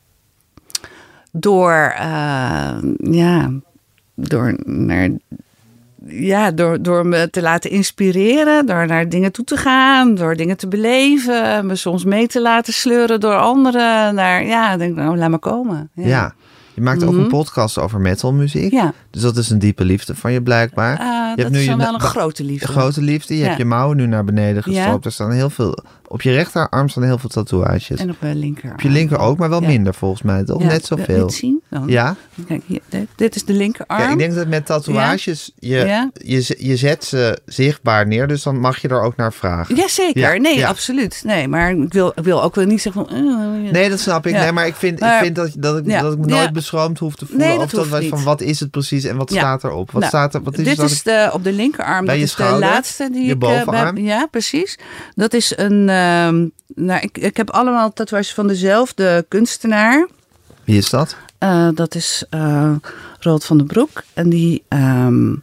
door, uh, ja, door naar... Ja, door, door me te laten inspireren, door naar dingen toe te gaan, door dingen te beleven, me soms mee te laten sleuren door anderen. Naar, ja, denk ik, nou, laat maar komen. Ja. ja. Je maakt mm-hmm. ook een podcast over metalmuziek. Ja. Dus dat is een diepe liefde van je blijkbaar. Uh, je dat hebt nu is je, wel een ba- grote liefde. Grote liefde. Je ja. hebt je mouwen nu naar beneden gestroopt. Ja. Er staan heel veel... Op je rechterarm staan heel veel tatoeages. En op mijn linkerarm. Op je linker ook, maar wel ja. minder volgens mij. Toch ja. net zoveel. Wil je het zien? Dan? Ja. Kijk, hier, dit, dit is de linkerarm. Ja, ik denk dat met tatoeages, ja. Je, ja. je, je zet ze zichtbaar neer. Dus dan mag je er ook naar vragen. Jazeker. Ja. Nee, ja. absoluut. Nee, maar ik wil, ik wil ook wel niet zeggen van... Uh, nee, dat snap ik. Ja. Nee, maar ik vind, maar, ik vind dat, dat, ik, ja. dat ik me nooit ja. beschroomd hoef te voelen. Nee, of dat dat van wat is het precies en wat ja. staat erop? Wat nou, staat er? Wat is dit dat is de, op de linkerarm. Dat is schouder, de laatste die je ik... bovenarm. Uh, ja, precies. Dat is een... Uh, nou, ik, ik heb allemaal tatoeages van dezelfde kunstenaar. Wie is dat? Uh, dat is uh, Roald van den Broek. En die... Um,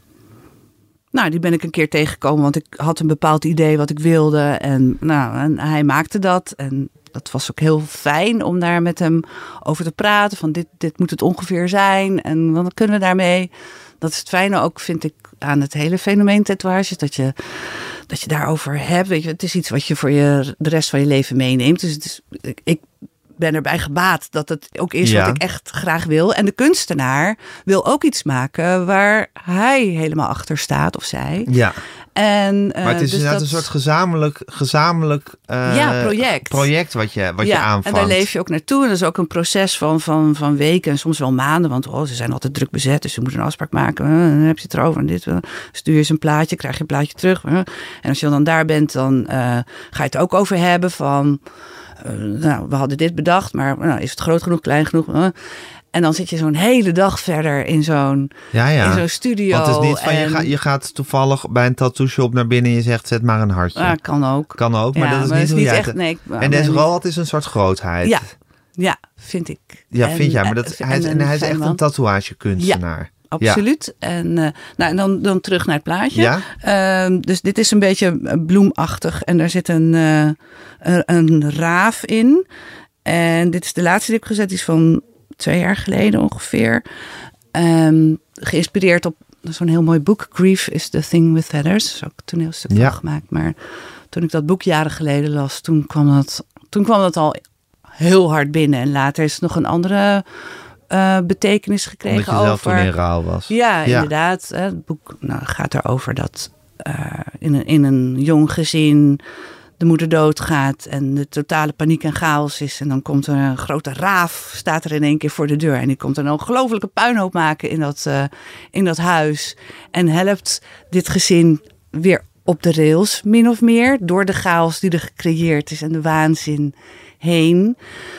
Nou, die ben ik een keer tegengekomen, want ik had een bepaald idee wat ik wilde. En, nou, en hij maakte dat. En dat was ook heel fijn om daar met hem over te praten. Van dit, dit moet het ongeveer zijn. En wat kunnen we daarmee? Dat is het fijne ook, vind ik, aan het hele fenomeen tatoeages. Dat je, dat je daarover hebt. Weet je, het is iets wat je voor je, de rest van je leven meeneemt. Dus het is, ik... ik ben erbij gebaat dat het ook is ja. wat ik echt graag wil. En de kunstenaar wil ook iets maken waar hij helemaal achter staat of zij. Ja. En, uh, maar het is dus inderdaad dat... een soort gezamenlijk, gezamenlijk uh, ja, project. project wat je, wat ja, je aanvangt. En daar leef je ook naartoe. En dat is ook een proces van, van, van weken en soms wel maanden. Want oh, ze zijn altijd druk bezet, dus ze moeten een afspraak maken. Uh, dan heb je het erover en dit. Uh, stuur je eens een plaatje, krijg je een plaatje terug. Uh, en als je dan daar bent, dan uh, ga je het ook over hebben van... Uh, nou, we hadden dit bedacht, maar nou, is het groot genoeg, klein genoeg? Uh, en dan zit je zo'n hele dag verder in zo'n, ja, ja. in zo'n studio. Want het is niet van, en... je, gaat, je gaat toevallig bij een tattoo shop naar binnen en je zegt, zet maar een hartje. Ja, kan ook. Kan ook, maar ja, dat is maar niet hoe hoe jij het... echt, nee, en deze Roald is een soort grootheid. Ja, ja vind ik. Ja, en, vind jij, maar dat, en, hij, en hij is echt man. een tatoeagekunstenaar. Ja. Absoluut. Ja. En, uh, nou, en dan, dan terug naar het plaatje. Ja? Uh, dus dit is een beetje bloemachtig. En daar zit een, uh, een, een raaf in. En dit is de laatste die ik heb gezet. Die is van twee jaar geleden ongeveer. Um, geïnspireerd op zo'n heel mooi boek. Grief is the Thing with Feathers. Dat is ook een toneelstuk ja. van gemaakt. Maar toen ik dat boek jaren geleden las, toen kwam dat, toen kwam dat al heel hard binnen. En later is het nog een andere... Uh, betekenis gekregen Omdat je zelf over... toen in rouw was. Ja, ja. inderdaad. Het boek nou, gaat erover dat uh, in, een, in een jong gezin de moeder doodgaat en de totale paniek en chaos is. En dan komt er een grote raaf, staat er in één keer voor de deur. En die komt een ongelofelijke puinhoop maken in dat, uh, in dat huis. En helpt dit gezin weer op de rails, min of meer. Door de chaos die er gecreëerd is en de waanzin heen.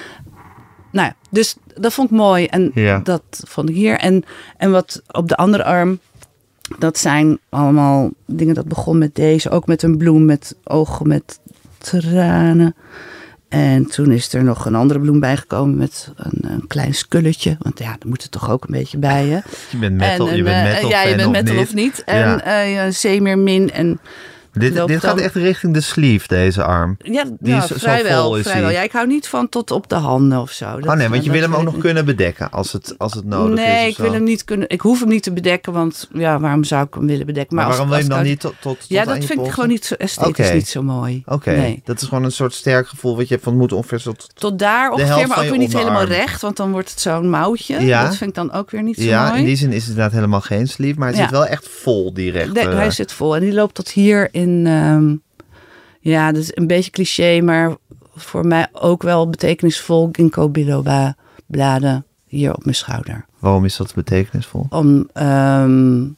Nou ja, dus dat vond ik mooi en ja. dat vond ik hier. En, en wat op de andere arm, dat zijn allemaal dingen dat begon met deze. Ook met een bloem met ogen met tranen. En toen is er nog een andere bloem bijgekomen met een, een klein skulletje. Want ja, daar moet het toch ook een beetje bij, hè? Je bent metal, en, je bent metal uh, Ja, je bent metal of of niet. En ja. uh, Zeemeermin en... Dit, dit gaat echt richting de sleeve, deze arm. Ja, Die ja is, vrijwel. zo vol is vrijwel. Ja, ik hou niet van tot op de handen of zo. Dat, oh nee, want je dat wil hem ook nog niet. kunnen bedekken als het, als het nodig nee, is. Nee, ik wil hem niet kunnen. Ik hoef hem niet te bedekken, want ja, waarom zou ik hem willen bedekken? Maar, maar waarom als, wil je hem dan als, niet tot, tot, ja, tot dat aan je vind polsen? ik gewoon niet zo esthetisch, okay. niet zo mooi. Oké, okay. nee. Dat is gewoon een soort sterk gevoel wat je hebt van het moet ongeveer tot, tot daar ongeveer, maar ook weer niet helemaal recht, want dan wordt het zo'n mouwtje. Ja. Dat vind ik dan ook weer niet zo ja, mooi. Ja, in die zin is het inderdaad helemaal geen sleeve, maar het ja. zit wel echt vol direct. Nee, hij zit vol en die loopt tot hier in... Um, Ja, dat is een beetje cliché, maar voor mij ook wel betekenisvol. Ginkgo biloba bladen hier op mijn schouder. Waarom is dat betekenisvol? Om, um,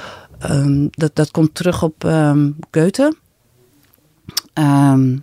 um, dat, dat komt terug op um, Goethe. Um,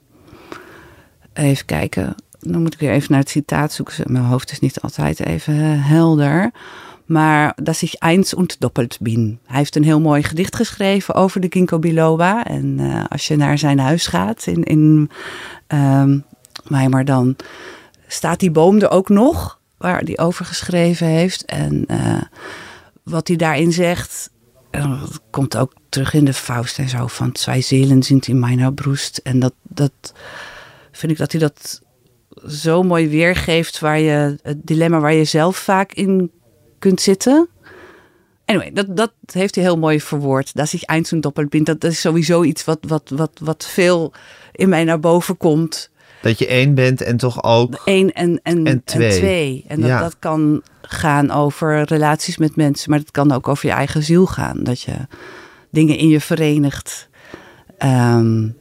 even kijken. Dan moet ik weer even naar het citaat zoeken. Mijn hoofd is niet altijd even helder. Maar dass ich eins und doppelt bin. Hij heeft een heel mooi gedicht geschreven over de Ginkgo biloba. En uh, als je naar zijn huis gaat in, in um, Weimar, dan staat die boom er ook nog, waar hij over geschreven heeft. En uh, wat hij daarin zegt, uh, komt ook terug in de Faust en zo. Van twee zielen sind in meiner Brust. En dat, dat vind ik dat hij dat zo mooi weergeeft, waar je het dilemma waar je zelf vaak in kunt zitten. Anyway, dat, dat heeft hij heel mooi verwoord. Dat is eins und doppelt bin. Dat, dat is sowieso iets wat, wat, wat, wat veel in mij naar boven komt. Dat je één bent en toch ook... Eén en, en, en twee. En, twee. en dat, ja. dat kan gaan over relaties met mensen. Maar dat kan ook over je eigen ziel gaan. Dat je dingen in je verenigt. Um,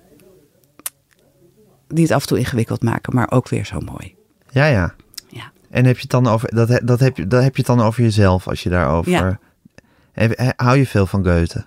die het af en toe ingewikkeld maken. Maar ook weer zo mooi. Ja, ja. ja. En heb je het dan over, dat, dat, heb je, dat heb je het dan over jezelf als je daarover... Ja. Heb, hou je veel van Goethe?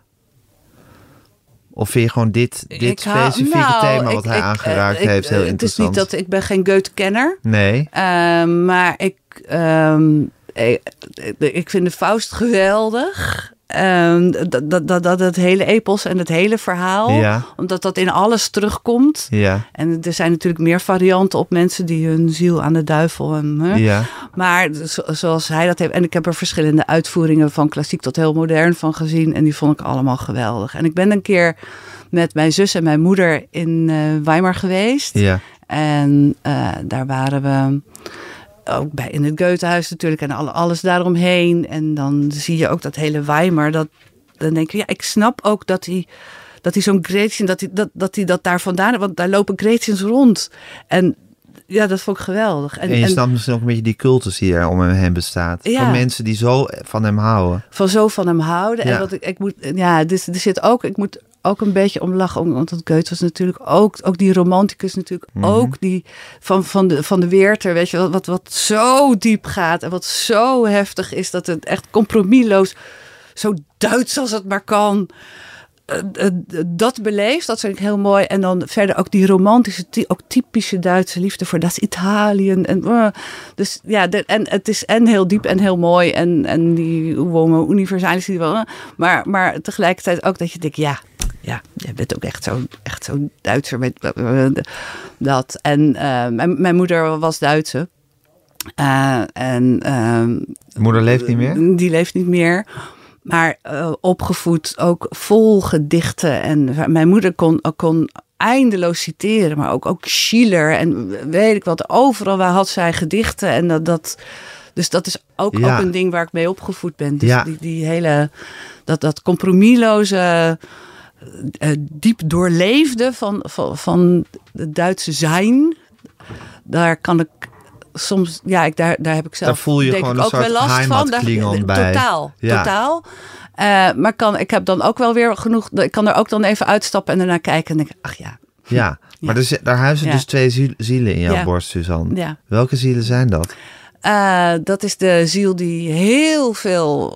Of vind je gewoon dit, dit hou, specifieke nou, thema wat ik, hij ik, aangeraakt ik, heeft heel het interessant? Het is niet dat ik ben geen Goethe-kenner. Nee. Uh, maar ik, um, ik, ik vind de Faust geweldig. Um, dat, dat, dat, dat het hele epos en het hele verhaal. Ja. Omdat dat in alles terugkomt. Ja. En er zijn natuurlijk meer varianten op mensen die hun ziel aan de duivel. En, hè? Ja. Maar zo, zoals hij dat heeft. En ik heb er verschillende uitvoeringen van klassiek tot heel modern van gezien. En die vond ik allemaal geweldig. En ik ben een keer met mijn zus en mijn moeder in uh, Weimar geweest. Ja. En uh, daar waren we... Ook bij in het Goethehuis natuurlijk en alles daaromheen. En dan zie je ook dat hele Weimar. Dat, dan denk je, ja, ik snap ook dat hij, dat hij zo'n Gretchen, dat hij dat, dat hij dat daar vandaan, want daar lopen Gretchens rond. En ja, dat vond ik geweldig. En, en je en, snapt misschien ook een beetje die cultus die er om hem bestaat. Ja. Van mensen die zo van hem houden. Van zo van hem houden. Ja. En wat ik, ik moet, ja, dus er zit ook, ik moet ook een beetje om lachen, want Goethe was natuurlijk ook, ook die romanticus natuurlijk, mm-hmm. ook die van, van, de, van de Werther, weet je, wat, wat, wat zo diep gaat en wat zo heftig is, dat het echt compromisloos, zo Duits als het maar kan, uh, uh, dat beleeft, dat vind ik heel mooi. En dan verder ook die romantische, ook typische Duitse liefde voor dat Italië. En, uh, dus ja, de, en het is en heel diep en heel mooi en, en die Uomo Universalis, die wel, uh, maar, maar tegelijkertijd ook dat je denkt, ja, Ja, je bent ook echt zo'n echt zo'n Duitser met dat. En uh, mijn, mijn moeder was Duitse. Uh, en, uh, moeder leeft niet meer? Die leeft niet meer. Maar uh, opgevoed ook vol gedichten. En mijn moeder kon, kon eindeloos citeren. Maar ook, ook Schiller en weet ik wat. Overal waar had zij gedichten. En dat... dat dus dat is ook, ja. ook een ding waar ik mee opgevoed ben. Dus ja. die, die hele... Dat, dat compromisloze... Uh, diep doorleefde van, van, van het Duitse zijn. Daar kan ik soms, ja, ik, daar, daar heb ik zelf daar voel je denk gewoon ik ook een soort wel last van. Daar, bij. Totaal, ja. totaal. Uh, maar kan, ik heb dan ook wel weer genoeg, ik kan er ook dan even uitstappen en daarna kijken en denk ach ja. Ja, maar ja. Dus, daar huizen ja. dus twee zielen in jouw ja. borst, Suzanne. Ja. Welke zielen zijn dat? Uh, dat is de ziel die heel veel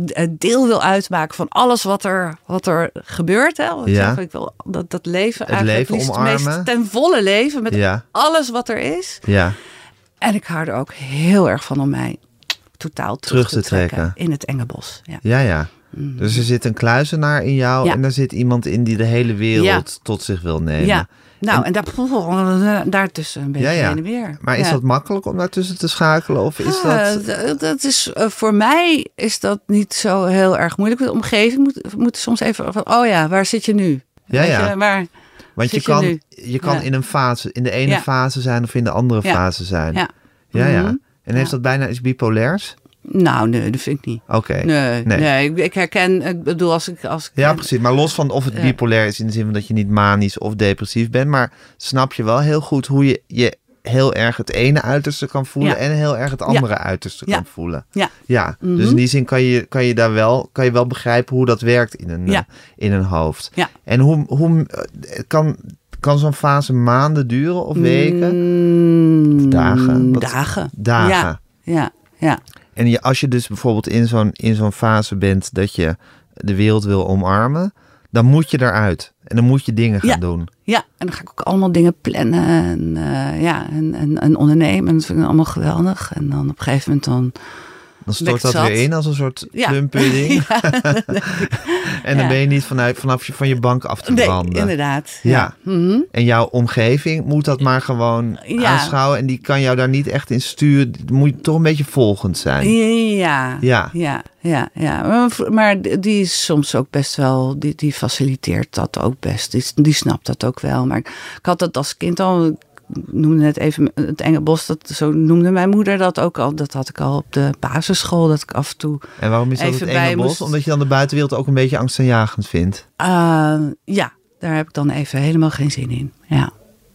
deel wil uitmaken van alles wat er, wat er gebeurt. Hè? Want ja. ik wil dat, dat leven het eigenlijk leven het meest ten volle leven met ja. alles wat er is. Ja. En ik hou er ook heel erg van om mij totaal terug, terug te, te trekken. trekken in het enge bos. Ja, ja. ja. Mm. Dus er zit een kluizenaar in jou ja. en er zit iemand in die de hele wereld ja. tot zich wil nemen. Ja. Nou, en, en daar, daartussen een beetje ja, ja. heen en weer. Maar is ja. dat makkelijk om daartussen te schakelen? Of is ja, dat... dat is, uh, voor mij is dat niet zo heel erg moeilijk. De omgeving moet, moet soms even van, oh ja, waar zit je nu? Ja, Weet ja. Je, waar Want je kan, je, je kan ja. in een fase, in de ene ja. fase zijn of in de andere ja. fase zijn. Ja, ja. ja. Mm-hmm. En heeft ja. dat bijna iets bipolairs? Nou, nee, dat vind ik niet. Oké. Okay. Nee, nee. nee ik, ik herken, ik bedoel, als ik... Als ik ja, ken, precies. Maar los van of het ja. bipolair is in de zin van dat je niet manisch of depressief bent, maar snap je wel heel goed hoe je je heel erg het ene uiterste kan voelen ja. en heel erg het andere ja. uiterste ja. kan voelen. Ja. ja. Mm-hmm. Dus in die zin kan je, kan je daar wel, kan je wel begrijpen hoe dat werkt in een, ja. uh, in een hoofd. Ja. En hoe, hoe uh, kan... Kan zo'n fase maanden duren of weken? Mm, of dagen? Wat? Dagen. Dagen. Ja, ja, ja. En je, als je dus bijvoorbeeld in zo'n, in zo'n fase bent dat je de wereld wil omarmen, dan moet je eruit. En dan moet je dingen gaan ja. doen. Ja, en dan ga ik ook allemaal dingen plannen en, uh, ja, en, en, en ondernemen. En dat vind ik allemaal geweldig. En dan op een gegeven moment dan... Dan stort dat zat. weer in als een soort ja. plumpudding. Ja. En dan ja. ben je niet vanuit, vanaf je van je bank af te branden. Nee, inderdaad. Ja. ja. Mm-hmm. En jouw omgeving moet dat maar gewoon ja. aanschouwen. En die kan jou daar niet echt in sturen. Moet je toch een beetje volgend zijn. Ja. Ja. Ja. Ja. ja. Maar die is soms ook best wel... Die, die faciliteert dat ook best. Die, die snapt dat ook wel. Maar ik had dat als kind al... Ik noemde net even het enge bos, dat, zo noemde mijn moeder dat ook al. Dat had ik al op de basisschool, dat ik af en toe. En waarom is dat het enge bos? Moest... Omdat je dan de buitenwereld ook een beetje angstaanjagend vindt? Uh, ja, daar heb ik dan even helemaal geen zin in. Ja.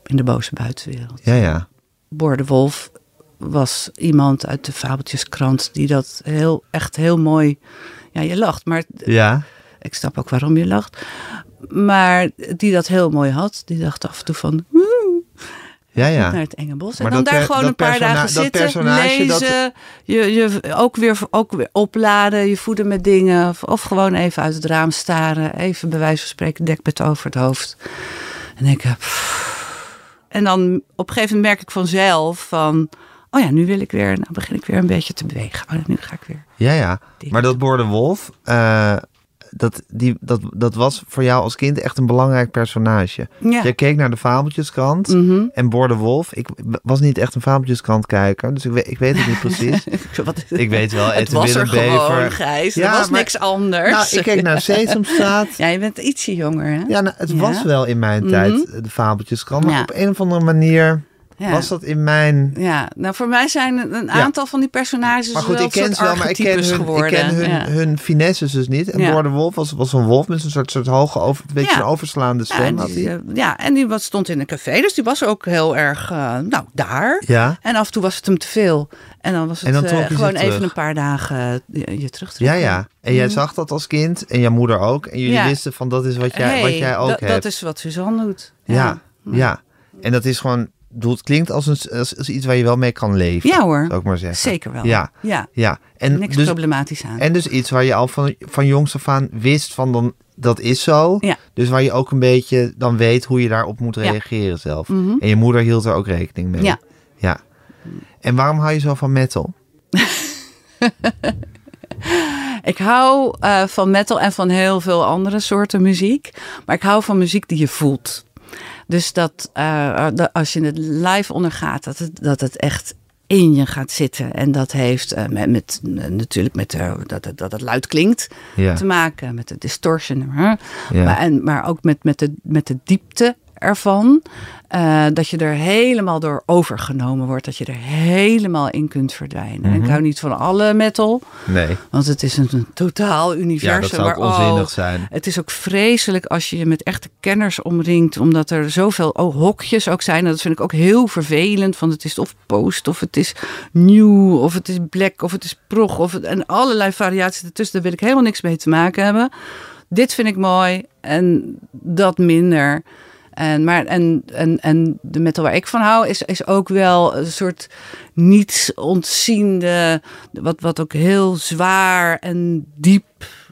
in de boze buitenwereld. Ja, ja. Boor de Wolf was iemand uit de Fabeltjeskrant die dat heel, echt heel mooi... Ja, je lacht, maar ja. ik snap ook waarom je lacht. Maar die dat heel mooi had. Die dacht af en toe van... Ja, ja. Naar het enge bos. En maar dan dat daar per, gewoon een paar persona- dagen zitten, personage, lezen. Dat... Je, je ook, weer, ook weer opladen, je voeden met dingen. Of, of gewoon even uit het raam staren. Even bij wijze van spreken dekbed over het hoofd. En ik heb... En dan op een gegeven moment merk ik vanzelf van... Oh ja, nu wil ik weer... Nou begin ik weer een beetje te bewegen. Oh, nu ga ik weer... Ja, ja. Maar dat Boor de Wolf... Uh... Dat, die, dat, dat was voor jou als kind echt een belangrijk personage. Ja. Jij keek naar de Fabeltjeskrant mm-hmm. en Boor de Wolf. Ik was niet echt een Fabeltjeskrant kijker, dus ik weet, ik weet het niet precies. Wat, ik weet wel, het was er Bever. gewoon, Gijs. Ja, er was maar, niks anders. Nou, ik keek naar Sesamstraat. Ja, je bent ietsje jonger, hè? Ja, nou, het ja. was wel in mijn mm-hmm. tijd de Fabeltjeskrant. Maar ja. op een of andere manier... Ja. Was dat in mijn... Ja, nou voor mij zijn een aantal ja. van die personages maar goed, wel ik ken soort ze wel, maar ik ken hun, geworden. Ik ken hun, ja. hun finesses dus niet. En ja. Boor de Wolf was, was een wolf met een soort, soort hoge, over, een beetje ja. een overslaande stem. Ja, die, ja, en die was, stond in een café, dus die was ook heel erg, uh, nou, daar. Ja. En af en toe was het hem te veel. En dan was het dan uh, gewoon even een paar dagen je, je terug Ja, ja. En jij mm. zag dat als kind en jouw moeder ook. En jullie ja. wisten van dat is wat jij, hey, wat jij ook dat, hebt. Dat is wat Suzanne doet. Ja, ja. ja. En dat is gewoon... Het klinkt als, een, als, als iets waar je wel mee kan leven. Ja hoor, zou ik maar zeggen. Zeker wel. Ja, ja. ja. En niks dus, problematisch aan. En dus iets waar je al van, van jongs af aan wist van dan, dat is zo. Ja. Dus waar je ook een beetje dan weet hoe je daarop moet reageren ja. zelf. Mm-hmm. En je moeder hield er ook rekening mee. Ja. ja. En waarom hou je zo van metal? Ik hou uh, van metal en van heel veel andere soorten muziek. Maar ik hou van muziek die je voelt. Dus dat, uh, dat als je het live ondergaat, dat het, dat het echt in je gaat zitten. En dat heeft uh, met, met, uh, natuurlijk met uh, dat, dat het luid klinkt ja. te maken. Met de distortion. Huh? Ja. Maar, en, maar ook met, met, de, met de diepte ervan. Uh, dat je er helemaal door overgenomen wordt. Dat je er helemaal in kunt verdwijnen. Mm-hmm. Ik hou niet van alle metal. Nee. Want het is een, een totaal universum. Ja, dat zou ook onzinnig oh, zijn. Het is ook vreselijk als je je met echte kenners omringt. Omdat er zoveel oh, hokjes ook zijn. En dat vind ik ook heel vervelend. Van het is of post, of het is new, of het is black, of het is prog. Of het, en allerlei variaties ertussen. Daar wil ik helemaal niks mee te maken hebben. Dit vind ik mooi en dat minder. En, maar, en, en, en de metal waar ik van hou is, is ook wel een soort niets ontziende, wat, wat ook heel zwaar en diep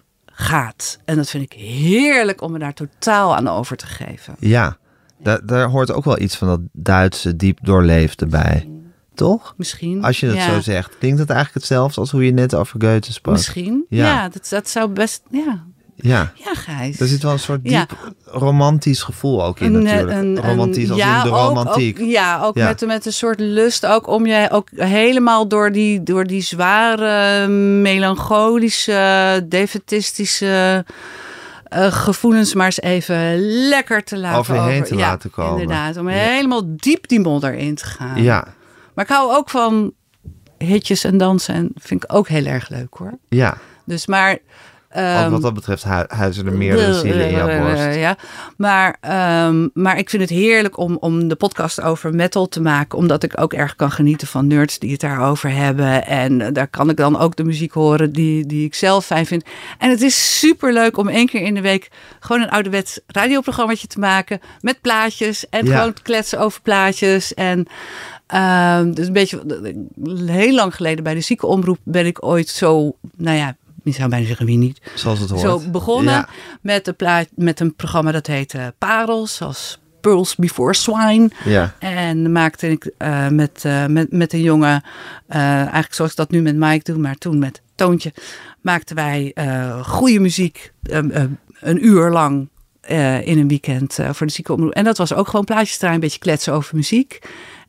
gaat. En dat vind ik heerlijk om me daar totaal aan over te geven. Ja, daar, daar hoort ook wel iets van dat Duitse diep doorleefde bij. Toch? Misschien. Als je dat ja. zo zegt. Klinkt het eigenlijk hetzelfde als hoe je net over Goethe sprak? Misschien. Ja, ja dat, dat zou best... Ja. Ja. Ja, Gijs. Er zit wel een soort diep ja. romantisch gevoel ook in een, natuurlijk. Een, romantisch als ja, in de romantiek. Ook, ook, ja, ook ja. Met, met een soort lust. Ook om je ook helemaal door die, door die zware, melancholische, defetistische uh, gevoelens maar eens even lekker te laten over je heen over, te ja, laten komen. Inderdaad, om ja. helemaal diep die modder in te gaan. Ja. Maar ik hou ook van hitjes en dansen en vind ik ook heel erg leuk hoor. Ja. Dus maar... Um, wat dat betreft hu- huizen er meerdere zielen in jouw borst. Uh, ja. maar, um, maar ik vind het heerlijk om, om de podcast over metal te maken. Omdat ik ook erg kan genieten van nerds die het daarover hebben. En uh, daar kan ik dan ook de muziek horen die, die ik zelf fijn vind. En het is superleuk om één keer in de week gewoon een ouderwets radioprogrammaatje te maken. Met plaatjes en ja. gewoon kletsen over plaatjes. En... Uh, dus een beetje heel lang geleden bij de ziekenomroep ben ik ooit zo, nou ja, je zou bijna zeggen wie niet. Zoals het hoort. Zo begonnen ja. met, de plaat, met een programma dat heette Parels, zoals Pearls Before Swine. Ja. En maakte ik uh, met, uh, met, met een jongen, uh, eigenlijk zoals ik dat nu met Mike doe, maar toen met Toontje, maakten wij uh, goede muziek uh, uh, een uur lang. Uh, in een weekend uh, voor de ziekenomroep. En dat was ook gewoon plaatjes draaien, een beetje kletsen over muziek.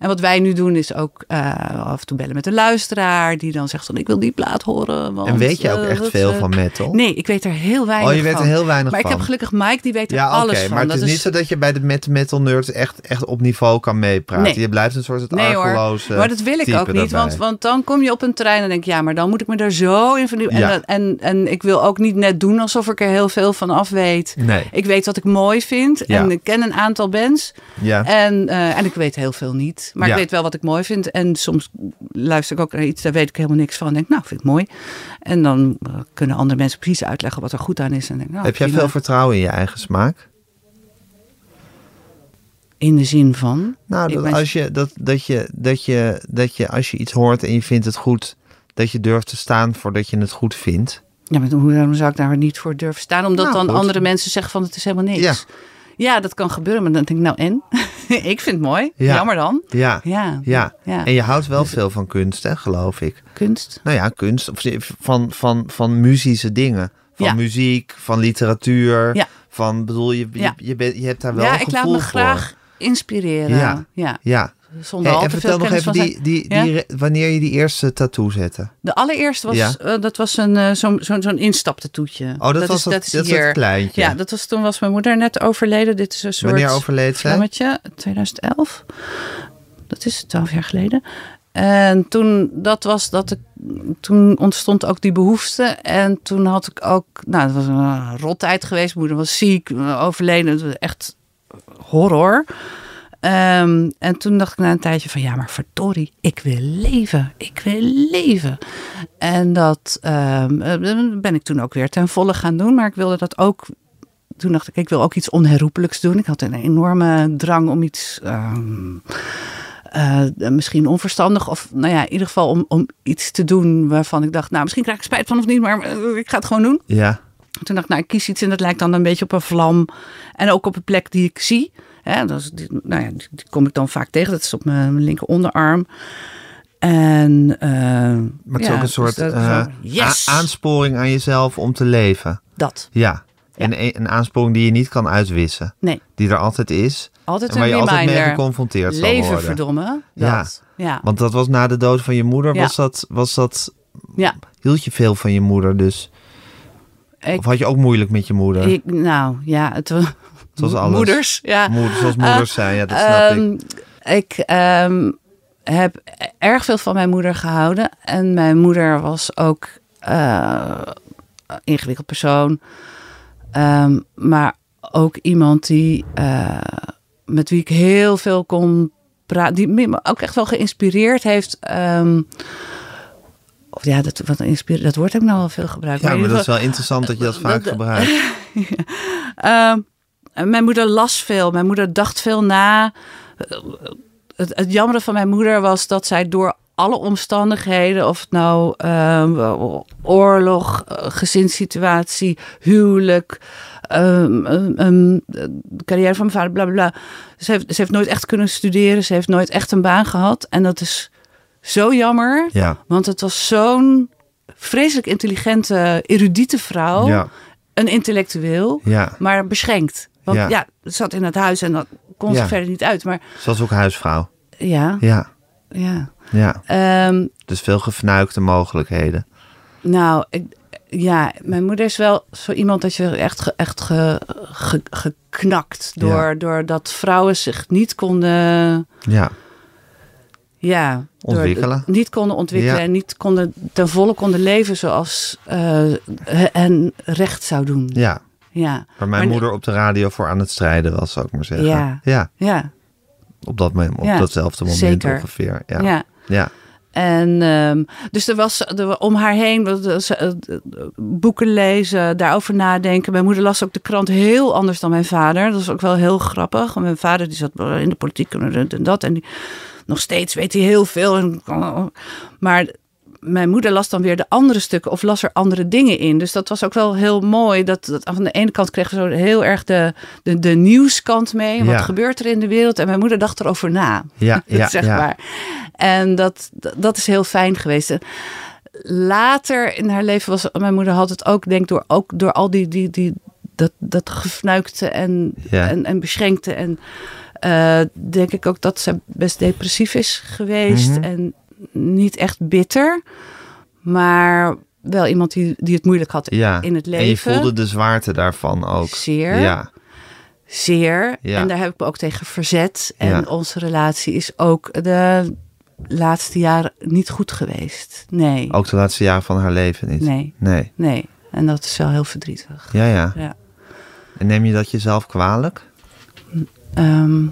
En wat wij nu doen is ook uh, af en toe bellen met de luisteraar. Die dan zegt van ik wil die plaat horen. Want, en weet je ook uh, echt dat, veel uh, van metal? Nee, ik weet er heel weinig van. Oh, je weet van. er heel weinig maar van. Maar ik heb gelukkig Mike, die weet er ja, alles okay, van. Maar het dat is, is niet zo dat je bij de met metal nerds echt, echt op niveau kan meepraten. Nee. Je blijft een soort het nee, argeloze hoor. Maar dat wil ik ook niet. Want, want dan kom je op een terrein en denk je, ja, maar dan moet ik me daar zo in verdiepen. Ja. En, en, en ik wil ook niet net doen alsof ik er heel veel van af weet. Nee. Ik weet wat ik mooi vind. Ja. En ik ken een aantal bands. Ja. En, uh, en ik weet heel veel niet. Maar ja. ik weet wel wat ik mooi vind. En soms luister ik ook naar iets, daar weet ik helemaal niks van. En denk, nou, vind ik mooi. En dan uh, kunnen andere mensen precies uitleggen wat er goed aan is. En denk, nou, heb jij veel vertrouwen in je eigen smaak? In de zin van? Nou, dat als je, dat, dat, je, dat, je, dat je als je iets hoort en je vindt het goed, dat je durft te staan voor dat je het goed vindt. Ja, maar hoe zou ik daar niet voor durven staan? Omdat nou, dan goed. andere mensen zeggen van het is helemaal niks. Ja. Ja, dat kan gebeuren. Maar dan denk ik, nou en? Ik vind het mooi. Ja. Jammer dan. Ja. Ja. Ja. ja. En je houdt wel dus, veel van kunst, hè, geloof ik. Kunst? Nou ja, kunst. Van, van, van muzische dingen. Van ja. muziek, van literatuur. Ja. Van, bedoel, je, je, ja. je, bent, je hebt daar wel ja, een gevoel voor. Ja, ik laat me graag inspireren. Ja. Ja. ja. Zonder hey, al en te vertel veel nog even die, die, die, ja? die, wanneer je die eerste tattoo zette. De allereerste was, ja? uh, dat was een, uh, zo'n zo, zo'n instaptatoetje. Oh, dat, dat was is, dat, dat is dat hier. Het kleintje. Ja, dat was, toen was mijn moeder net overleden. Dit is een soort Wanneer overleed zij? vlammetje, twintig elf. Dat is twaalf jaar geleden. En toen, dat was dat ik, toen ontstond ook die behoefte. En toen had ik ook, nou, het was een rottijd geweest. Mijn moeder was ziek, overleden. Het was echt horror. Um, en toen dacht ik na een tijdje van, ja, maar verdorie, ik wil leven. Ik wil leven. En dat um, ben ik toen ook weer ten volle gaan doen. Maar ik wilde dat ook, toen dacht ik, ik wil ook iets onherroepelijks doen. Ik had een enorme drang om iets, um, uh, misschien onverstandig. Of nou ja, in ieder geval om, om iets te doen waarvan ik dacht, nou, misschien krijg ik spijt van of niet, maar uh, ik ga het gewoon doen. Ja. Toen dacht ik, nou, ik kies iets en dat lijkt dan een beetje op een vlam. En ook op een plek die ik zie. Ja, dat is, die, nou ja, die, die kom ik dan vaak tegen. Dat is op mijn, mijn linker onderarm. En, uh, maar het is ja, ook een soort dus uh, zo, yes! a- aansporing aan jezelf om te leven. Dat. Ja. En ja. een, een aansporing die je niet kan uitwissen. Nee. Die er altijd is. Altijd en waar een je reminder. altijd mee geconfronteerd zal Leven worden. verdomme. Ja. Dat. Ja. Want dat was na de dood van je moeder. Ja. Was dat... Was dat ja. Hield je veel van je moeder dus? Ik, of had je ook moeilijk met je moeder? Ik, nou, ja. Het, zoals alles. Moeders. Ja. Moeders, zoals moeders uh, zijn, ja, dat snap um, ik. Ik um, heb erg veel van mijn moeder gehouden. En mijn moeder was ook uh, een ingewikkeld persoon. Um, maar ook iemand die uh, met wie ik heel veel kon praten. Die me ook echt wel geïnspireerd heeft. Um, Of ja, dat, wat inspireert, dat wordt ook nou wel veel gebruikt. Ja, maar, maar dat geval, is wel interessant dat je dat vaak dat, gebruikt. ja. uh, mijn moeder las veel. Mijn moeder dacht veel na. Het, het jammere van mijn moeder was dat zij door alle omstandigheden, of het nou uh, oorlog, uh, gezinssituatie, huwelijk, um, um, um, de carrière van mijn vader, bla bla bla. Ze heeft, ze heeft nooit echt kunnen studeren. Ze heeft nooit echt een baan gehad. En dat is zo jammer, ja. Want het was zo'n vreselijk intelligente, erudite vrouw. Ja. Een intellectueel, ja. maar beschenkt. Want ja, ja het zat in het huis en dat kon ja. ze verder niet uit. Maar ze was ook huisvrouw. Ja. Ja. Ja. ja. Um, dus veel gefnuikte mogelijkheden. Nou, ik, ja, mijn moeder is wel zo iemand dat je echt, ge, echt ge, ge, geknakt. Door, ja. Doordat vrouwen zich niet konden... Ja. Ja, ontwikkelen. Door, niet konden ontwikkelen ja. en niet konden, ten volle konden leven zoals uh, hen recht zou doen. Ja. ja. Waar mijn maar, moeder op de radio voor aan het strijden was, zou ik maar zeggen. Ja. Ja. ja. Op, dat, op ja. datzelfde moment Zeker. ongeveer. Ja. ja. ja. En um, dus er was er, om haar heen uh, boeken lezen, daarover nadenken. Mijn moeder las ook de krant heel anders dan mijn vader. Dat was ook wel heel grappig. Mijn vader die zat in de politiek en dat en die, nog steeds weet hij heel veel. En, maar mijn moeder las dan weer de andere stukken of las er andere dingen in. Dus dat was ook wel heel mooi. Dat, dat aan de ene kant kregen we zo heel erg de, de, de nieuwskant mee. Wat ja. gebeurt er in de wereld? En mijn moeder dacht erover na. Ja, ja, zeg ja. maar. En dat, dat is heel fijn geweest. En later in haar leven was mijn moeder had het ook, denk door ook door al die, die, die dat, dat gefnuikte en, ja. en, en beschenkte en uh, denk ik ook dat ze best depressief is geweest. Mm-hmm. En niet echt bitter. Maar wel iemand die, die het moeilijk had ja. in het leven. En je voelde de zwaarte daarvan ook. Zeer. Ja. Zeer. Ja. En daar heb ik me ook tegen verzet. En ja. onze relatie is ook de laatste jaren niet goed geweest. Nee. Ook de laatste jaren van haar leven niet? Nee. Nee. Nee. En dat is wel heel verdrietig. Ja, ja. ja. En neem je dat jezelf kwalijk? Um,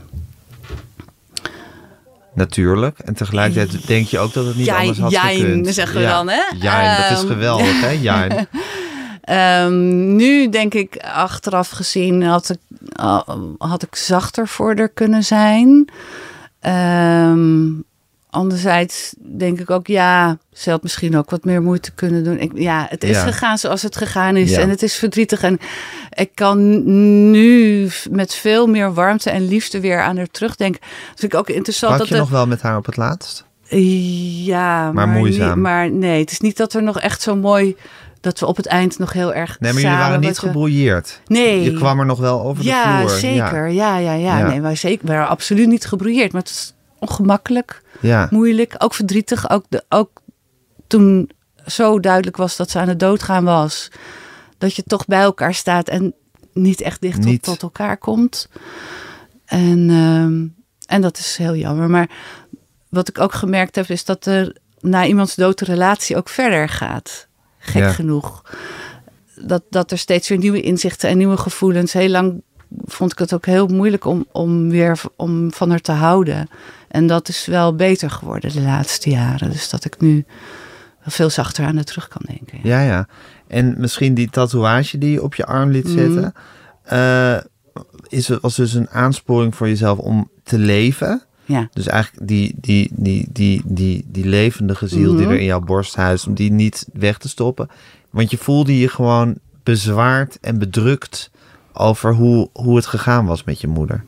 Natuurlijk. En tegelijkertijd denk je ook dat het niet jijn, anders had jijn, gekund. zeggen we ja. dan, hè? Jijn, um, dat is geweldig, hè? Jijn. Um, nu denk ik, achteraf gezien, had ik, uh, had ik zachter voor haar kunnen zijn. Um, anderzijds denk ik ook, ja, ze had misschien ook wat meer moeite kunnen doen. Ik, ja, het is ja. gegaan zoals het gegaan is. Ja. En het is verdrietig. En ik kan nu met veel meer warmte en liefde weer aan haar terugdenken. Dat vind ik ook interessant. Sprak je dat nog wel met haar op het laatst? Ja, maar, maar moeizaam. Niet, maar nee, het is niet dat er nog echt zo mooi... dat we op het eind nog heel erg Nee, maar jullie waren niet we... gebrouilleerd. Nee. Je kwam er nog wel over ja, de vloer. Zeker. Ja, ja, ja. ja. Nee, maar zeker. We waren absoluut niet gebrouilleerd. Maar het is ongemakkelijk, ja. moeilijk, ook verdrietig. Ook, de, ook toen zo duidelijk was dat ze aan het doodgaan was. Dat je toch bij elkaar staat en niet echt dicht niet. Tot, tot elkaar komt. En, um, en dat is heel jammer. Maar wat ik ook gemerkt heb, is dat er na iemands dood de relatie ook verder gaat. Gek ja. genoeg. Dat, dat er steeds weer nieuwe inzichten en nieuwe gevoelens. Heel lang vond ik het ook heel moeilijk om, om weer om van haar te houden. En dat is wel beter geworden de laatste jaren. Dus dat ik nu veel zachter aan het terug kan denken. Ja, ja. ja. En misschien die tatoeage die je op je arm liet zetten. Mm. Uh, is het, was dus een aansporing voor jezelf om te leven. Ja. Dus eigenlijk die, die, die, die, die, die levendige ziel mm-hmm. die er in jouw borst huist, om die niet weg te stoppen. Want je voelde je gewoon bezwaard en bedrukt over hoe, hoe het gegaan was met je moeder.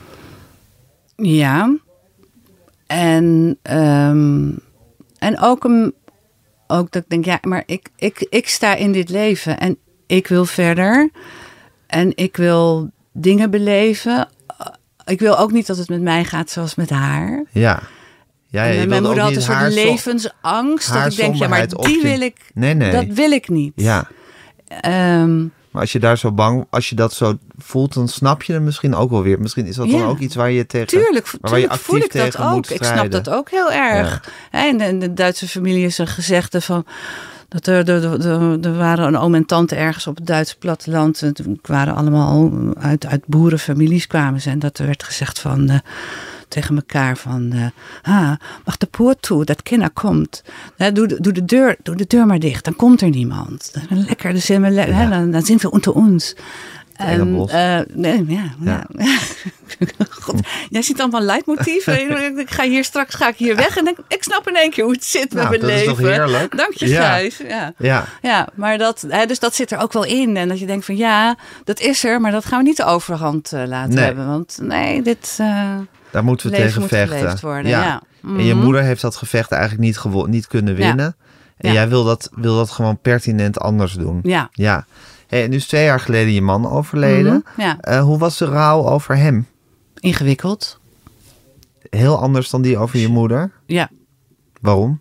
Ja. En, um, en ook, een, ook dat ik denk, ja, maar ik, ik, ik sta in dit leven en ik wil verder. En ik wil dingen beleven. Ik wil ook niet dat het met mij gaat zoals met haar. Ja. Ja, ja, mijn moeder had een soort levensangst. Dat ik denk, ja, maar die wil ik. Nee, nee. Dat wil ik niet. Ja. Um, maar als je daar zo bang, als je dat zo voelt, dan snap je het misschien ook wel weer. Misschien is dat ja. dan ook iets waar je tegen, tuurlijk, waar tuurlijk je voel ik dat ook. Ik snap dat ook heel erg. Ja. En in de Duitse familie is er gezegde van. Dat er, er, er, er waren een oom en tante ergens op het Duitse platteland. Het waren allemaal uit, uit boerenfamilies kwamen ze. En dat er werd gezegd van, uh, tegen elkaar van... Uh, ah, mag de poort toe, dat kinder komt. Uh, doe, de, doe, de deur, doe de deur maar dicht, dan komt er niemand. Lekker, dan zijn we, le- ja. hè, dan, dan zijn we onder ons. En, uh, nee, ja, ja. ja. God, jij ziet allemaal leidmotieven. Ik ga hier straks ga ik hier weg en denk, ik snap in één keer hoe het zit nou, met mijn leven. Dat is toch heerlijk? Dank je, Gijs. Ja. Ja. Ja. ja, maar dat, hè, dus dat zit er ook wel in. En dat je denkt van ja, dat is er, maar dat gaan we niet de overhand uh, laten nee. hebben. Want nee, dit uh, daar moeten we tegen moet vechten. Worden, ja. Ja. Mm-hmm. En je moeder heeft dat gevecht eigenlijk niet, gewo- niet kunnen winnen. Ja. En ja. jij wil dat, wil dat gewoon pertinent anders doen. Ja. Ja. Hey, nu is twee jaar geleden je man overleden. Mm-hmm, ja. uh, hoe was de rouw over hem? Ingewikkeld. Heel anders dan die over je moeder? Ja. Waarom?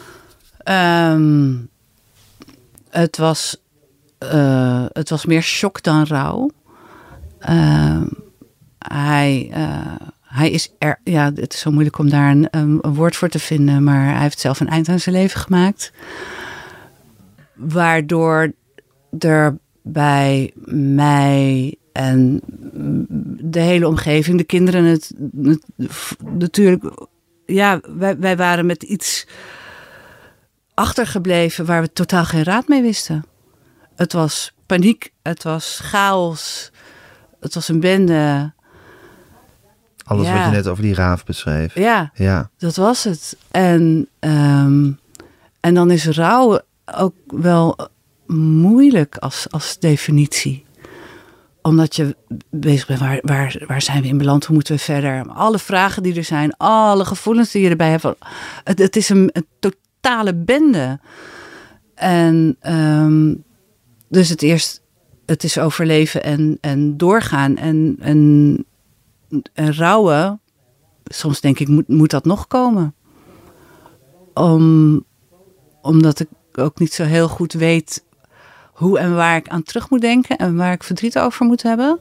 Um, het, was, uh, het was meer shock dan rouw. Uh, hij, uh, hij is er... Ja, het is zo moeilijk om daar een, een, een woord voor te vinden. Maar hij heeft zelf een eind aan zijn leven gemaakt. Waardoor er bij mij en de hele omgeving, de kinderen, het, het natuurlijk, ja, wij, wij waren met iets achtergebleven waar we totaal geen raad mee wisten. Het was paniek, het was chaos, het was een bende. Alles ja. wat je net over die raaf beschreef. Ja, ja. dat was het. En, um, en dan is rouw ook wel moeilijk als, als definitie. Omdat je bezig bent, waar, waar, waar zijn we in beland? Hoe moeten we verder? Alle vragen die er zijn, alle gevoelens die je erbij hebt. Het, het is een, een totale bende. En um, dus het eerst, het is overleven en, en doorgaan. En, en en rouwen, soms denk ik, moet, moet dat nog komen. Om, omdat ik ook niet zo heel goed weet hoe en waar ik aan terug moet denken en waar ik verdriet over moet hebben.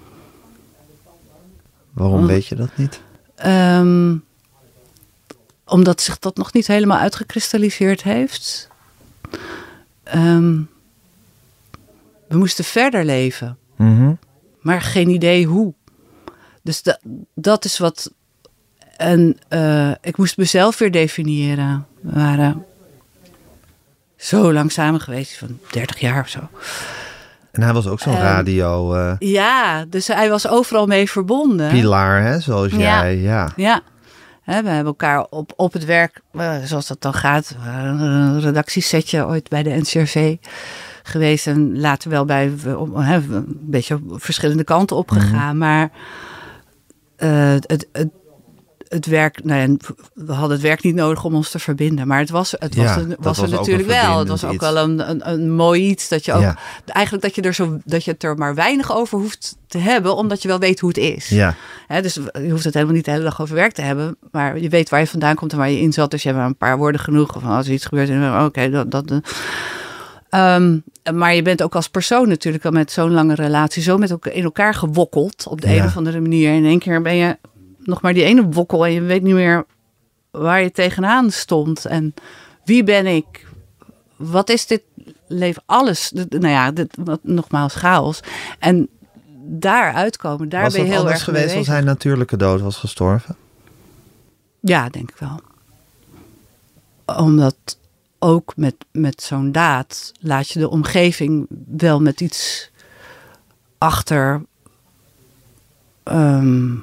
Waarom Om, weet je dat niet? Um, omdat zich dat nog niet helemaal uitgekristalliseerd heeft. Um, we moesten verder leven. Mm-hmm. Maar geen idee hoe. Dus da, dat is wat... En uh, ik moest mezelf weer definiëren. We waren zo lang samen geweest, van dertig jaar of zo. En hij was ook zo'n um, radio... Uh, ja, dus hij was overal mee verbonden. Pilaar, hè, zoals ja. jij. Ja, ja. He, we hebben elkaar op, op het werk, uh, zoals dat dan gaat... een redactiesetje ooit bij de N C R V geweest... en later wel bij uh, een beetje op verschillende kanten opgegaan. Mm-hmm. Maar uh, het... het Het werk, nou ja, we hadden het werk niet nodig om ons te verbinden. Maar het was, het ja, was, een, was, was er natuurlijk wel. Het was ook iets. wel een, een, een mooi iets. Dat je ook, ja. eigenlijk dat je, er zo, dat je het er maar weinig over hoeft te hebben. Omdat je wel weet hoe het is. Ja. He, dus je hoeft het helemaal niet de hele dag over werk te hebben. Maar je weet waar je vandaan komt en waar je in zat. Dus je hebt maar een paar woorden genoeg. Van als er iets gebeurt. Oké, okay, dat... dat um, maar je bent ook als persoon natuurlijk al met zo'n lange relatie... zo met elkaar, in elkaar gewokkeld. Op de ja. een of andere manier. En in één keer ben je... nog maar die ene wokkel en je weet niet meer waar je tegenaan stond. En wie ben ik? Wat is dit leven? Alles. Nou ja, dit, nogmaals chaos. En daar uitkomen, daar was ben je heel erg Was het anders geweest als hij natuurlijke dood was gestorven? Ja, denk ik wel. Omdat ook met, met zo'n daad laat je de omgeving wel met iets achter... Um,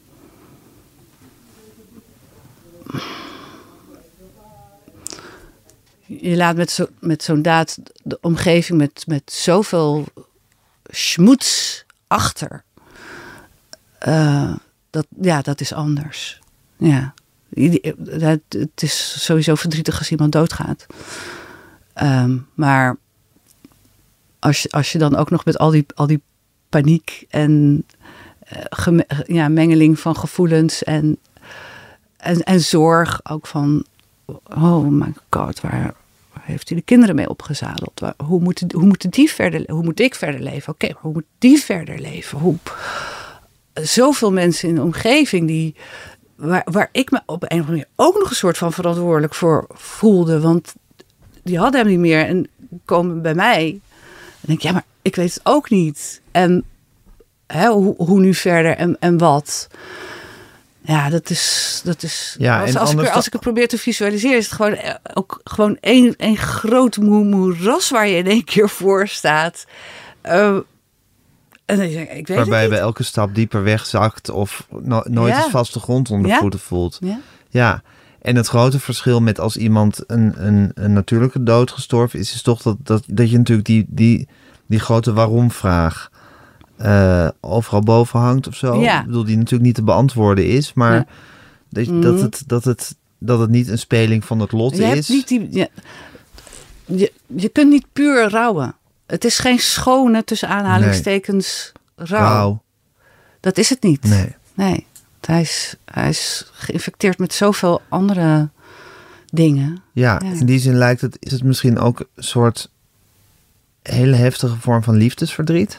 Je laat met, zo, met zo'n daad de omgeving met, met zoveel schmoets achter. Uh, dat, ja, dat is anders. Ja. Het, het is sowieso verdrietig als iemand doodgaat. Um, maar als je, als je dan ook nog met al die, al die paniek en uh, geme, ja, mengeling van gevoelens en, en, en zorg ook van... Oh my god, waar, waar heeft hij de kinderen mee opgezadeld? Waar, hoe, moet, hoe, moeten die verder, hoe moet ik verder leven? Oké, okay, hoe moet die verder leven? Hoe, zoveel mensen in de omgeving die, waar, waar ik me op een of andere manier ook nog een soort van verantwoordelijk voor voelde. Want die hadden hem niet meer en komen bij mij. En denk ik, ja, maar ik weet het ook niet. En hè, hoe, hoe nu verder en, en wat? Ja, dat is... Dat is ja, als, en als, ik, er, als ik het probeer te visualiseren... is het gewoon ook gewoon één, één groot moe, moeras... waar je in één keer voor staat. Uh, en dan denk ik, ik weet Waarbij het je bij elke stap dieper wegzakt... of no- nooit ja. een vaste grond onder ja. voeten voelt. Ja. ja, en het grote verschil met als iemand een, een, een natuurlijke dood gestorven is... is toch dat, dat, dat je natuurlijk die, die, die grote waarom-vraag... Uh, overal boven hangt of zo. Ja. Ik bedoel, die natuurlijk niet te beantwoorden is, maar ja. dat, mm. dat, het, dat, het, dat het niet een speling van het lot je is. Hebt niet die, je, je, je kunt niet puur rouwen. Het is geen schone, tussen aanhalingstekens, nee. rouw. Rauw. Dat is het niet. Nee. nee. Hij, is, hij is geïnfecteerd met zoveel andere dingen. Ja, ja, in die zin lijkt het, is het misschien ook een soort hele heftige vorm van liefdesverdriet.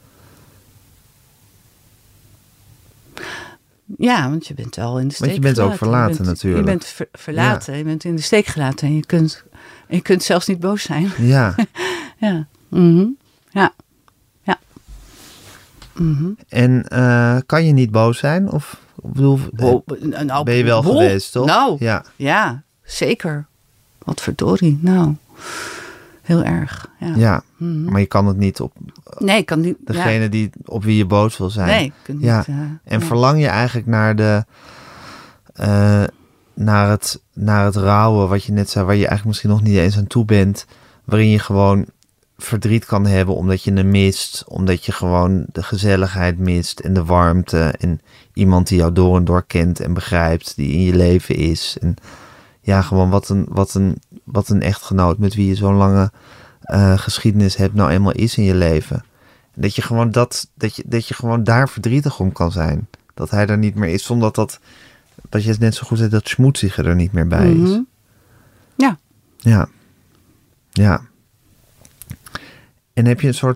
Ja, want je bent wel in de steek Want je bent gelaten. ook verlaten je bent, natuurlijk. Je bent ver, verlaten, ja. je bent in de steek gelaten en je kunt, en je kunt zelfs niet boos zijn. Ja. ja. Mm-hmm. Ja. Ja. Mm-hmm. En uh, kan je niet boos zijn? Of bedoel, Bo- nou, ben je wel bol, geweest, toch? Nou, ja. ja, zeker. Wat verdorie, nou. Heel erg, ja. Ja, mm-hmm. maar je kan het niet op... Nee, ik kan niet... Degene ja. die op wie je boos wil zijn. Nee, ik kan niet... Ja. Uh, en ja. verlang je eigenlijk naar de... Uh, naar het, naar het rouwen, wat je net zei, waar je eigenlijk misschien nog niet eens aan toe bent, waarin je gewoon verdriet kan hebben omdat je hem mist, omdat je gewoon de gezelligheid mist en de warmte en iemand die jou door en door kent en begrijpt, die in je leven is. En ja, gewoon wat een, wat een, wat een echtgenoot met wie je zo'n lange uh, geschiedenis hebt nou eenmaal is in je leven. En dat je gewoon dat, dat je, dat je gewoon daar verdrietig om kan zijn. Dat hij er niet meer is, omdat dat, wat je net zo goed zei, dat smoetsige er niet meer bij is. Mm-hmm. Ja. Ja. Ja. En heb je een soort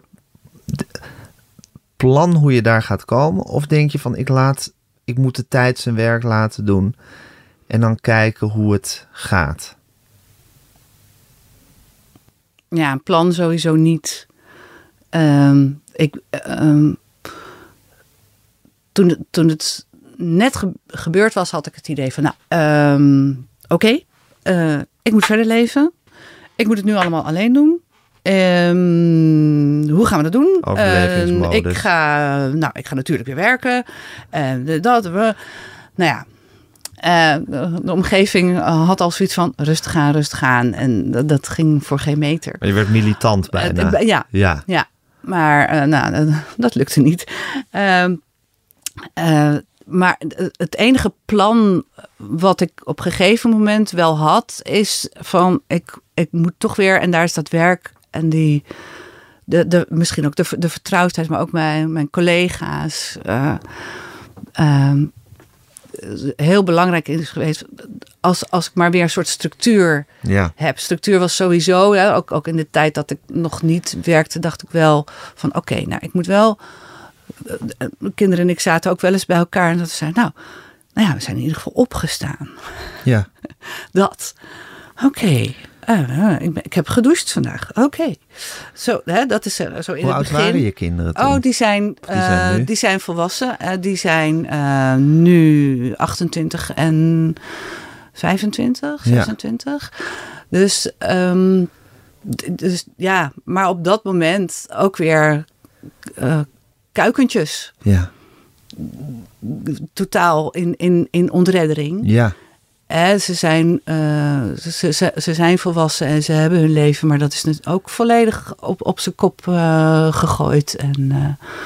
plan hoe je daar gaat komen? Of denk je van, ik laat, ik moet de tijd zijn werk laten doen en dan kijken hoe het gaat? Ja, een plan sowieso niet. Um, ik, um, toen, toen het net ge- gebeurd was, had ik het idee van, nou, um, oké, okay, uh, ik moet verder leven. Ik moet het nu allemaal alleen doen. Um, hoe gaan we dat doen? Overlevingsmodus. Uh, ik, ga, nou, ik ga natuurlijk weer werken. En dat, we, nou ja. Uh, de omgeving had al zoiets van rustig aan, rustig aan. En dat, dat ging voor geen meter. Maar je werd militant bijna. Uh, ja, ja. ja, maar uh, nou, uh, dat lukte niet. Uh, uh, maar het enige plan wat ik op een gegeven moment wel had, is van ik, ik moet toch weer, en daar is dat werk en die, de, de, misschien ook de, de vertrouwdheid, maar ook mijn, mijn collega's. Uh, uh, heel belangrijk is geweest als, als ik maar weer een soort structuur ja. heb. Structuur was sowieso, ja, ook, ook in de tijd dat ik nog niet werkte, dacht ik wel van oké, okay, nou ik moet wel, uh, kinderen en ik zaten ook wel eens bij elkaar en dat we zeiden, nou, nou ja, we zijn in ieder geval opgestaan. Ja. Dat. Oké. Okay. Uh, ik, ben, ik heb gedoucht vandaag. Oké. Okay. Zo, hè, dat is uh, zo in Hoe het oud begin. waren je kinderen toen? Oh, die zijn, uh, die zijn, die zijn volwassen. Uh, die zijn uh, nu achtentwintig en vijfentwintig, zesentwintig. Ja. Dus, um, d- dus ja, maar op dat moment ook weer uh, kuikentjes. Ja. Totaal in, in, in ontreddering. Ja. Eh, ze, zijn, uh, ze, ze, ze zijn volwassen en ze hebben hun leven, maar dat is net ook volledig op, op zijn kop uh, gegooid. En uh,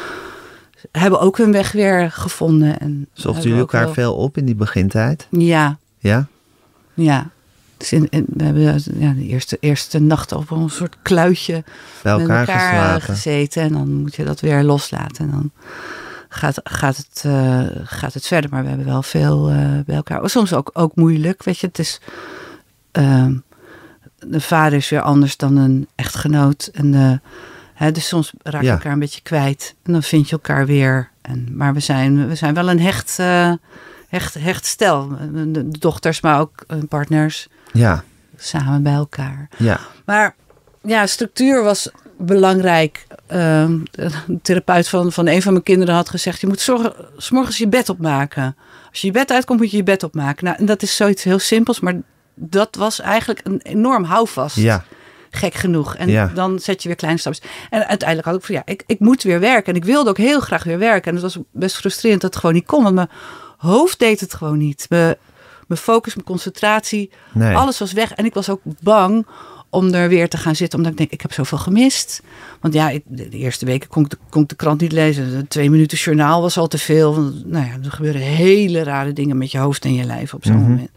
ze hebben ook hun weg weer gevonden. En zochten jullie elkaar wel veel op in die begintijd? Ja. Ja? Ja. Dus in, in, we hebben ja, de eerste, eerste nacht op een soort kluitje bij elkaar, met elkaar geslapen. gezeten. En dan moet je dat weer loslaten. En dan gaat, gaat, het, uh, gaat het verder. Maar we hebben wel veel uh, bij elkaar. Soms ook, ook moeilijk. Weet je, het is. Uh, de vader is weer anders dan een echtgenoot. En de, hè, dus soms raak je ja. elkaar een beetje kwijt. En dan vind je elkaar weer. En, maar we zijn, we zijn wel een hecht, uh, hecht, hecht stel. De, de dochters, maar ook uh, partners. Ja. Samen bij elkaar. Ja. Maar ja, structuur was belangrijk. Uh, de therapeut van, van een van mijn kinderen had gezegd, je moet zorgen, 's morgens je bed opmaken. Als je je bed uitkomt, moet je je bed opmaken. Nou, en dat is zoiets heel simpels, maar dat was eigenlijk een enorm houvast. Ja. Gek genoeg. En ja. dan zet je weer kleine stapjes. En uiteindelijk had ik van ja, ik, ik moet weer werken. En ik wilde ook heel graag weer werken. En het was best frustrerend dat het gewoon niet kon. Want mijn hoofd deed het gewoon niet. Mijn, mijn focus, mijn concentratie. Nee. Alles was weg. En ik was ook bang om er weer te gaan zitten. Omdat ik denk, ik heb zoveel gemist. Want ja, ik, de eerste weken kon ik, de, kon ik de krant niet lezen. De twee minuten journaal was al te veel. Want, nou ja, er gebeuren hele rare dingen met je hoofd en je lijf op zo'n mm-hmm. moment.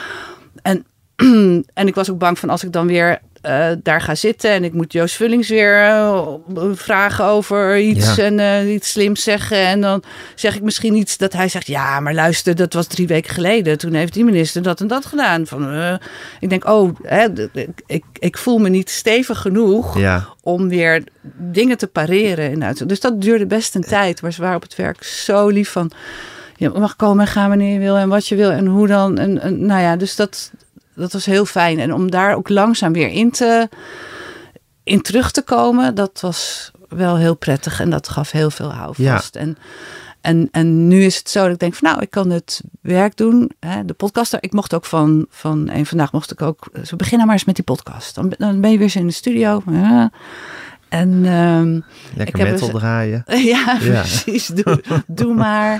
En, en ik was ook bang van als ik dan weer uh, daar ga zitten. En ik moet Joost Vullings weer uh, vragen over iets. Ja. En uh, iets slims zeggen. En dan zeg ik misschien iets dat hij zegt. Ja, maar luister, dat was drie weken geleden. Toen heeft die minister dat en dat gedaan. Van, uh, ik denk, oh, hè, ik, ik, ik voel me niet stevig genoeg. Ja. Om weer dingen te pareren. Inderdaad. Dus dat duurde best een tijd. Maar ze waren op het werk zo lief van. Je mag komen en gaan wanneer je wil. En wat je wil. En hoe dan. En, en nou ja, dus dat... Dat was heel fijn. En om daar ook langzaam weer in, te, in terug te komen, dat was wel heel prettig. En dat gaf heel veel houvast. Ja. En, en, en nu is het zo dat ik denk van nou, ik kan het werk doen. Hè, de podcast. Ik mocht ook van, van een vandaag mocht ik ook. Zo beginnen maar eens met die podcast. Dan, dan ben je weer eens in de studio. Ja. En, um, Lekker metal dus, draaien. Ja, ja, precies. Doe, doe maar.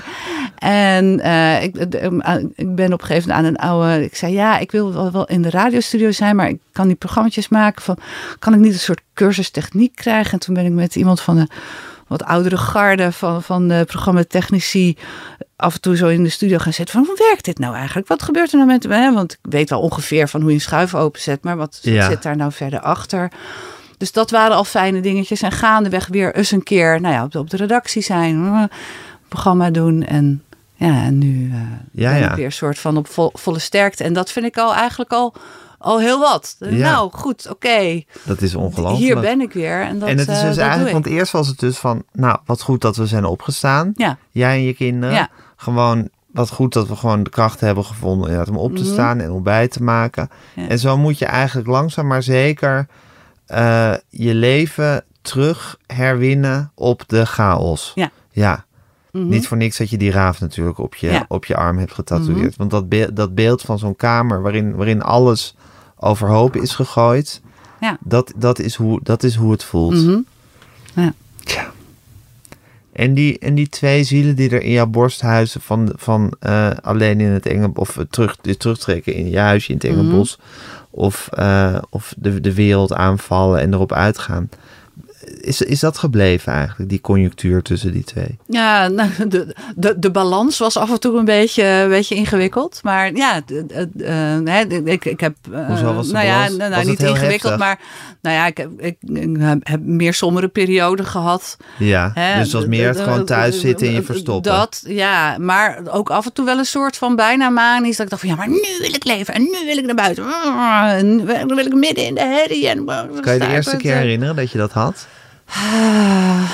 En uh, ik, ik ben op een gegeven moment aan een oude... Ik zei, ja, ik wil wel, wel in de radiostudio zijn, maar ik kan die programma's maken. Van, kan ik niet een soort cursus techniek krijgen? En toen ben ik met iemand van de wat oudere garde van, van de programmatechnici af en toe zo in de studio gaan zitten. Van, hoe werkt dit nou eigenlijk? Wat gebeurt er nou met... Hè? Want ik weet wel ongeveer van hoe je een schuif openzet, maar wat ja. zit daar nou verder achter? Dus dat waren al fijne dingetjes. En gaandeweg weer eens een keer nou ja, op, de, op de redactie zijn. Een programma doen. En Ja, en nu uh, ja, ben ja. ik weer een soort van op vol, volle sterkte. En dat vind ik al eigenlijk al, al heel wat. Ja. Nou, goed, oké. Okay. Dat is ongelooflijk. Hier ben ik weer. En, dat, en het is dus uh, eigenlijk, want eerst was het dus van, nou, wat goed dat we zijn opgestaan. Ja. Jij en je kinderen. Ja. Gewoon, wat goed dat we gewoon de kracht hebben gevonden ja, om op te mm-hmm. staan en ontbijt te maken. Ja. En zo moet je eigenlijk langzaam maar zeker uh, je leven terug herwinnen op de chaos. Ja. Ja. Mm-hmm. Niet voor niks dat je die raaf natuurlijk op je, ja. op je arm hebt getatoeëerd. Mm-hmm. Want dat, be- dat beeld van zo'n kamer waarin, waarin alles overhoop is gegooid. Ja. Dat, dat, is hoe, dat is hoe het voelt. Mm-hmm. Ja. Ja. En die, en die twee zielen die er in jouw borst huizen van, van uh, alleen in het enge of terug, terugtrekken in je huisje in het enge mm-hmm. bos. Of, uh, of de, de wereld aanvallen en erop uitgaan. Is, is dat gebleven eigenlijk, die conjunctuur tussen die twee? Ja, nou, de, de, de balans was af en toe een beetje, een beetje ingewikkeld. Maar ja, uh, uh, ik, ik heb... Uh, Hoezo was de nou balans? Ja, nou, was niet ingewikkeld, heftig? maar nou ja, ik heb, ik, ik heb meer sombere perioden gehad. Ja, hè? dus het was meer het gewoon thuis zitten en je verstoppen. Dat, ja, maar ook af en toe wel een soort van bijna manisch. Dat ik dacht van, ja, maar nu wil ik leven en nu wil ik naar buiten. En nu wil ik midden in de herrie. En, kan je de eerste keer herinneren dat je dat had? Uh,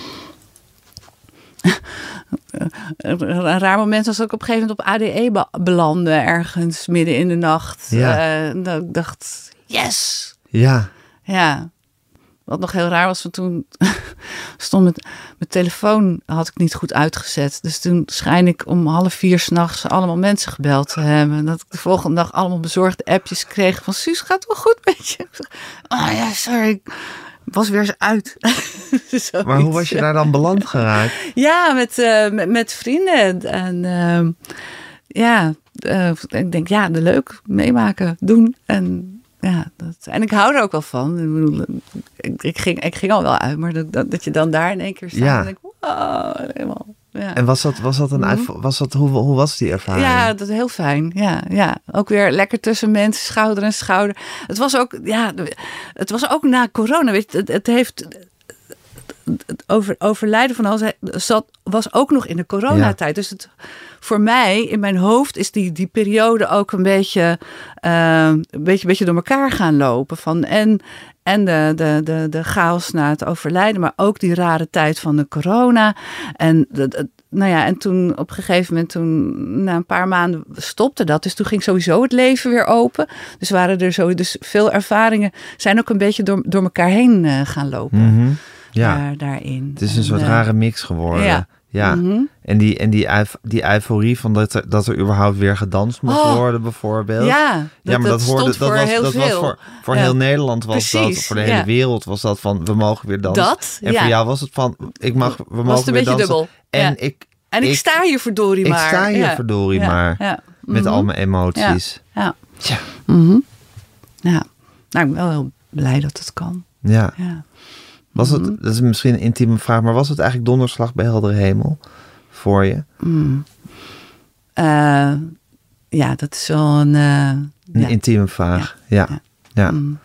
een raar moment was dat ik op een gegeven moment op A D E be- belandde. Ergens midden in de nacht. Ja. Uh, dat ik dacht, yes! Ja. Ja. Wat nog heel raar was, van toen stond met mijn telefoon had ik niet goed uitgezet. Dus toen schijn ik om half vier 's nachts allemaal mensen gebeld te hebben. En dat ik de volgende dag allemaal bezorgde appjes kreeg van Suus, gaat wel goed met je? Oh ja, sorry. Was weer eens uit. Maar hoe was je daar dan beland geraakt? Ja, met, uh, met, met vrienden. En uh, ja, uh, ik denk, ja, de leuk meemaken, doen. En ja, dat, en ik hou er ook wel van. Ik, bedoel, ik, ik, ging, ik ging al wel uit, maar dat, dat, dat je dan daar in één keer staat ja. en denk, wow, helemaal. Ja. En was dat, was dat een mm-hmm. was dat, hoe, hoe was die ervaring? Ja, dat is heel fijn. Ja, ja, ook weer lekker tussen mensen, schouder en schouder. Het was ook, ja, het was ook na corona. Weet je, het, het heeft het over, overlijden van alles zat was ook nog in de coronatijd. Ja. Dus het, voor mij in mijn hoofd is die, die periode ook een beetje, uh, een beetje, beetje door elkaar gaan lopen van en En de, de, de, de chaos na het overlijden, maar ook die rare tijd van de corona. En, de, de, nou ja, en toen op een gegeven moment, toen, na een paar maanden stopte dat. Dus toen ging sowieso het leven weer open. Dus waren er zo, dus veel ervaringen zijn ook een beetje door, door elkaar heen uh, gaan lopen. Mm-hmm. Ja, daar, daarin. Het is een en, soort uh, rare mix geworden. Ja. Ja, mm-hmm. en die, en die, euf, die euforie van dat er, dat er überhaupt weer gedanst mocht oh, worden bijvoorbeeld. Ja, dat, ja maar dat, dat hoorde, stond dat voor was, heel dat veel. Was voor voor ja. heel Nederland was Precies, dat, voor de hele ja. wereld was dat van, we mogen weer dansen. Dat, en ja. voor jou was het van, ik mag, we was mogen een weer beetje dansen. dubbel. En ja. ik... En ik, ik sta hier verdorie ik maar. Ik sta hier ja. verdorie ja. maar. Ja. Met mm-hmm. al mijn emoties. Ja. Ja. Tja. Mm-hmm. Ja. Nou, ik ben wel heel blij dat het kan. Ja. ja. Was mm-hmm. het, dat is misschien een intieme vraag, maar was het eigenlijk donderslag bij heldere hemel voor je? Mm. Uh, ja, dat is wel een... Uh, een ja. intieme vraag. Ja. ja. ja. ja. Mm.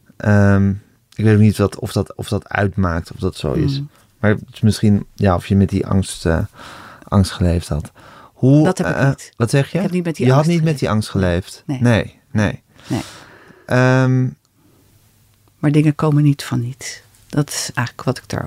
Um, ik weet ook niet wat, of, dat, of dat uitmaakt, of dat zo is. Mm. Maar het is misschien, ja, of je met die angst, uh, angst geleefd had. Hoe, dat heb ik uh, niet. Wat zeg je? Ik heb niet met die je angst had niet geleefd. met die angst geleefd? Nee. Nee, nee. nee. Um, maar dingen komen niet van niets. Dat is eigenlijk wat ik daar...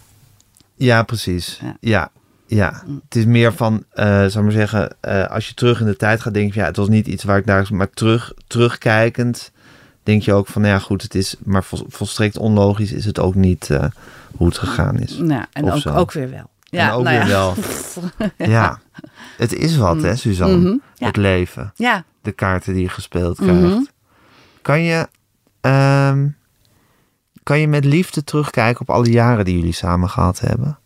Ja, precies. Ja, ja. ja. Mm. Het is meer van, uh, zou ik maar zeggen, uh, als je terug in de tijd gaat, denk je, ja, het was niet iets waar ik daar, maar terug, terugkijkend, denk je ook van, nou ja, goed, het is, maar vol, volstrekt onlogisch is het ook niet uh, hoe het gegaan is. Nou, en ook, ook weer wel. Ja, en ook nou weer ja. wel. ja. ja. Het is wat, hè, Suzanne? Mm-hmm. Ja. Het leven. Ja. De kaarten die je gespeeld krijgt. Mm-hmm. Kan je, um, kan je met liefde terugkijken op alle jaren die jullie samen gehad hebben?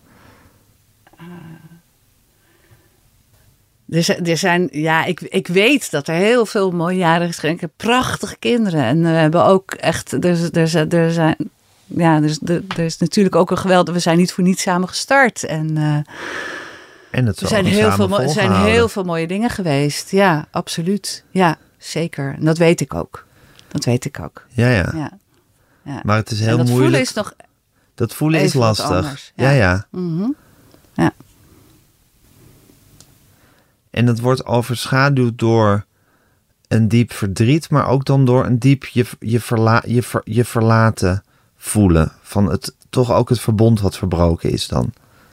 Er, er zijn, ja, ik, ik weet dat er heel veel mooie jaren is. Ik heb prachtige kinderen. En we hebben ook echt, er, er, er zijn, ja, er is, er, er is natuurlijk ook een geweld. We zijn niet voor niets samen gestart. En, uh, en het er zijn heel veel, er zijn heel veel mooie dingen geweest. Ja, absoluut. Ja, zeker. En dat weet ik ook. Dat weet ik ook. Ja, ja. ja. ja. Maar het is heel en dat moeilijk. Voelen is nog dat voelen is lastig. Ja, ja. ja. Mm-hmm. Ja. En dat wordt overschaduwd door een diep verdriet, maar ook dan door een diep je, je, verla, je, ver, je verlaten voelen. Van het, toch ook het verbond wat verbroken is dan.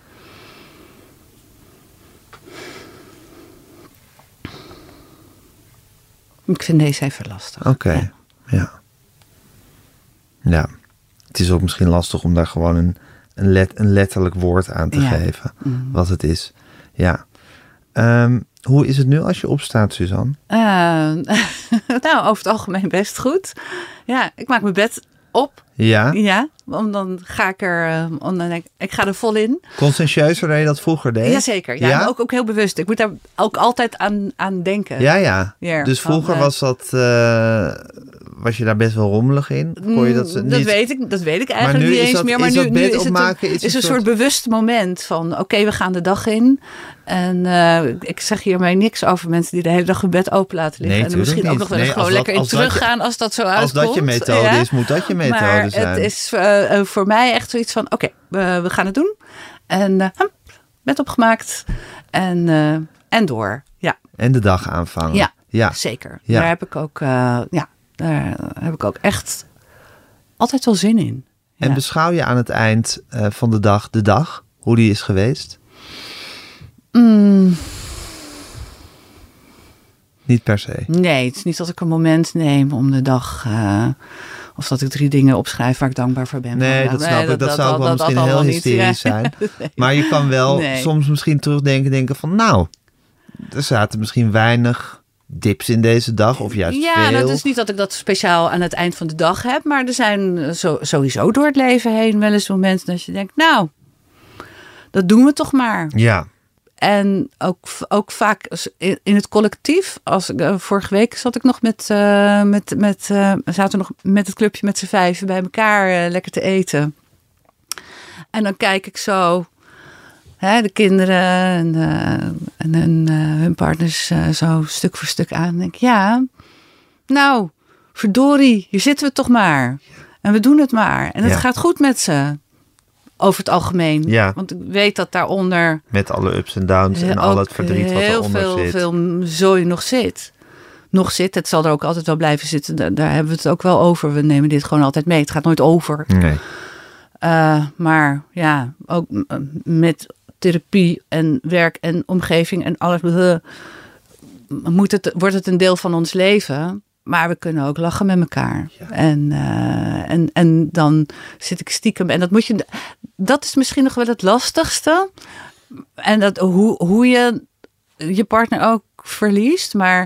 Ik vind deze even lastig. Oké, okay. ja. ja. Ja, het is ook misschien lastig om daar gewoon een, een, let, een letterlijk woord aan te ja. geven. Mm. Wat het is. Ja. Um, hoe is het nu als je opstaat, Suzanne? Uh, nou, over het algemeen best goed. Ja, ik maak mijn bed op. Ja? Ja, want dan ga ik er, om dan denk ik, ik ga er vol in. Conscientieuzer dat je dat vroeger deed? Jazeker, ja, ja? Maar ook, ook heel bewust. Ik moet daar ook altijd aan, aan denken. Ja, ja. Hier, dus vroeger van, uh, was dat, uh, was je daar best wel rommelig in? Kon je dat, dat, niet... weet ik, dat weet ik eigenlijk niet eens dat, meer. Maar is nu, dat nu bed is het opmaken, een, is is een een soort bewust moment van, oké, okay, we gaan de dag in. En uh, ik zeg hiermee niks over mensen die de hele dag hun bed open laten liggen. Nee, en er misschien niet. ook nog wel eens nee, gewoon dat, lekker in teruggaan als dat zo uitkomt. Als dat je methode ja. is, moet dat je methode maar zijn. Het is uh, uh, voor mij echt zoiets van, oké, okay, uh, we gaan het doen. En uh, bed opgemaakt en, uh, en door. Ja. En de dag aanvangen. Ja, ja. zeker. Ja. Daar heb ik ook, uh, ja, daar heb ik ook echt altijd wel zin in. En ja. beschouw je aan het eind uh, van de dag de dag, hoe die is geweest? Mm. Niet per se. Nee, het is niet dat ik een moment neem om de dag... Uh, of dat ik drie dingen opschrijf waar ik dankbaar voor ben. Nee, dat snap nee, ik. Dat, dat, dat zou ook wel dat, misschien dat heel hysterisch niet, zijn. Nee. Maar je kan wel nee. soms misschien terugdenken denken van... nou, er zaten misschien weinig dips in deze dag of juist ja, veel. Ja, nou, het is niet dat ik dat speciaal aan het eind van de dag heb. Maar er zijn zo, sowieso door het leven heen wel eens momenten dat je denkt... nou, dat doen we toch maar. Ja. En ook, ook vaak in, in het collectief. Als, uh, vorige week zat ik nog met, uh, met, met, uh, zaten nog met het clubje met z'n vijven bij elkaar uh, lekker te eten. En dan kijk ik zo hè, de kinderen en, uh, en, en uh, hun partners uh, zo stuk voor stuk aan. En denk ja, nou, verdorie, hier zitten we toch maar. En we doen het maar. En het ja. gaat goed met ze. Over het algemeen. Ja. Want ik weet dat daaronder... Met alle ups en downs en al het verdriet wat eronder veel, zit. Heel veel zooi nog zit. Nog zit. Het zal er ook altijd wel blijven zitten. Daar, daar hebben we het ook wel over. We nemen dit gewoon altijd mee. Het gaat nooit over. Nee. Uh, maar ja, ook met therapie en werk en omgeving en alles. Uh, moet het, wordt het een deel van ons leven... Maar we kunnen ook lachen met elkaar. Ja. En, uh, en, en dan zit ik stiekem. En dat moet je. Dat is misschien nog wel het lastigste. En dat hoe, hoe je je partner ook verliest. Maar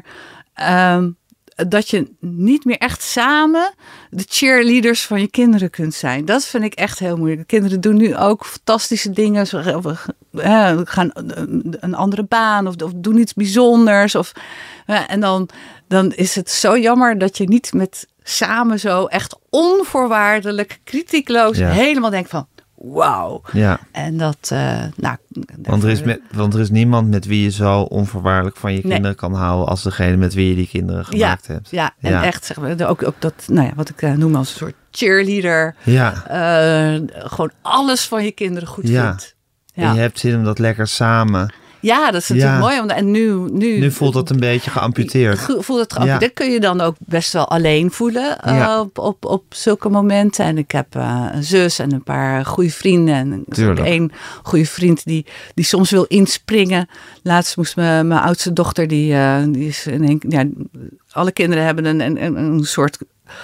um, dat je niet meer echt samen de cheerleaders van je kinderen kunt zijn. Dat vind ik echt heel moeilijk. De kinderen doen nu ook fantastische dingen. Ze uh, gaan een andere baan of, of doen iets bijzonders. Of, uh, en dan, dan is het zo jammer dat je niet met samen zo echt onvoorwaardelijk, kritiekloos ja. helemaal denkt van... Wauw. Ja. En dat, uh, nou... Want er, is met, want er is niemand met wie je zo onvoorwaardelijk van je kinderen nee. kan houden als degene met wie je die kinderen gemaakt ja, hebt. Ja, en ja. echt, zeg maar, ook, ook dat, nou ja, wat ik uh, noem als een soort cheerleader. Ja. Uh, gewoon alles van je kinderen goed ja. vindt. Ja. En je hebt zin om dat lekker samen... Ja, dat is natuurlijk ja. mooi. En nu, nu, nu voelt dat een beetje geamputeerd. Voelt het geamputeerd. Ja. Kun je dan ook best wel alleen voelen uh, ja. op, op, op zulke momenten. En ik heb uh, een zus en een paar goede vrienden. En er is één goede vriend die, die soms wil inspringen. Laatst moest mijn, mijn oudste dochter, die, uh, die is in een, ja, alle kinderen hebben een, een, een soort...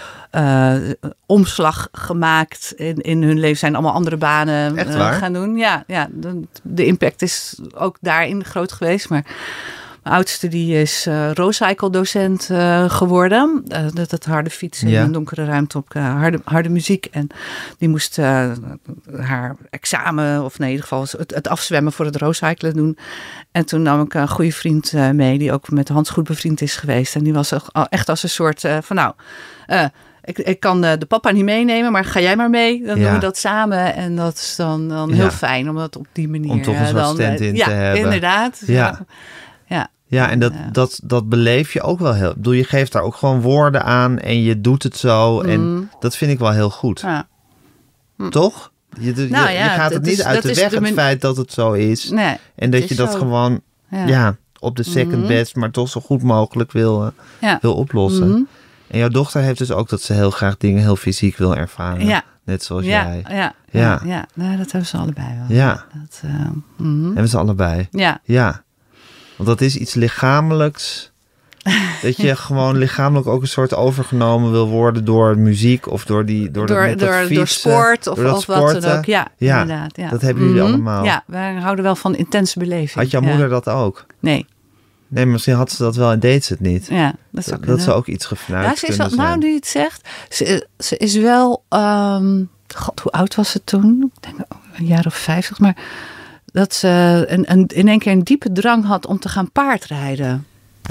Uh, omslag gemaakt in, in hun leven. Zijn allemaal andere banen uh, gaan doen. Ja, ja de, de impact is ook daarin groot geweest. Maar mijn oudste die is uh, Rocycle docent uh, geworden. Uh, dat, dat harde fietsen ja. in een donkere ruimte op uh, harde, harde muziek. En die moest uh, haar examen, of nee, in ieder geval het, het afzwemmen voor het rocyclen doen. En toen nam ik een goede vriend uh, mee, die ook met Hans goed bevriend is geweest. En die was echt als een soort uh, van nou... Uh, Ik, ik kan de, de papa niet meenemen, maar ga jij maar mee. Dan ja. doen we dat samen. En dat is dan, dan heel ja. fijn om dat op die manier... Om toch een soort dan, stand-in ja, te hebben. Inderdaad. Ja, ja. ja. ja en dat, dat, dat beleef je ook wel heel... Ik bedoel, je geeft daar ook gewoon woorden aan en je doet het zo. Mm. En dat vind ik wel heel goed. Ja. Hm. Toch? Je, je, nou, ja, je gaat het niet is, uit de weg, de het feit dat het zo is. Nee, en dat je dat zo. gewoon... Ja. ja op de second mm-hmm. best, maar toch zo goed mogelijk wil, uh, ja. wil oplossen. Mm-hmm. En jouw dochter heeft dus ook dat ze heel graag dingen heel fysiek wil ervaren. Ja. Net zoals ja, jij. Ja, ja, ja. ja. Nou, dat hebben ze allebei wel. Ja. Dat, uh, mm-hmm. Hebben ze allebei? Ja. Ja. Want dat is iets lichamelijks. Dat je gewoon lichamelijk ook een soort overgenomen wil worden door muziek of door die door, door, dat, door, fietsen, door sport of, door of wat dan ook. Ja, ja, inderdaad. Ja. Dat hebben jullie mm-hmm. allemaal. Ja, wij houden wel van intense beleving. Had jouw ja. moeder dat ook? Nee. Nee, maar misschien had ze dat wel en deed ze het niet. Ja, dat zou, dat, dat zou ook iets gefnuikt ja, ze is kunnen wel, zijn. Nou, nu je het zegt, ze, ze is wel... Um, God, hoe oud was ze toen? Ik denk een jaar of vijftig, maar dat ze een, een, in één keer een diepe drang had om te gaan paardrijden.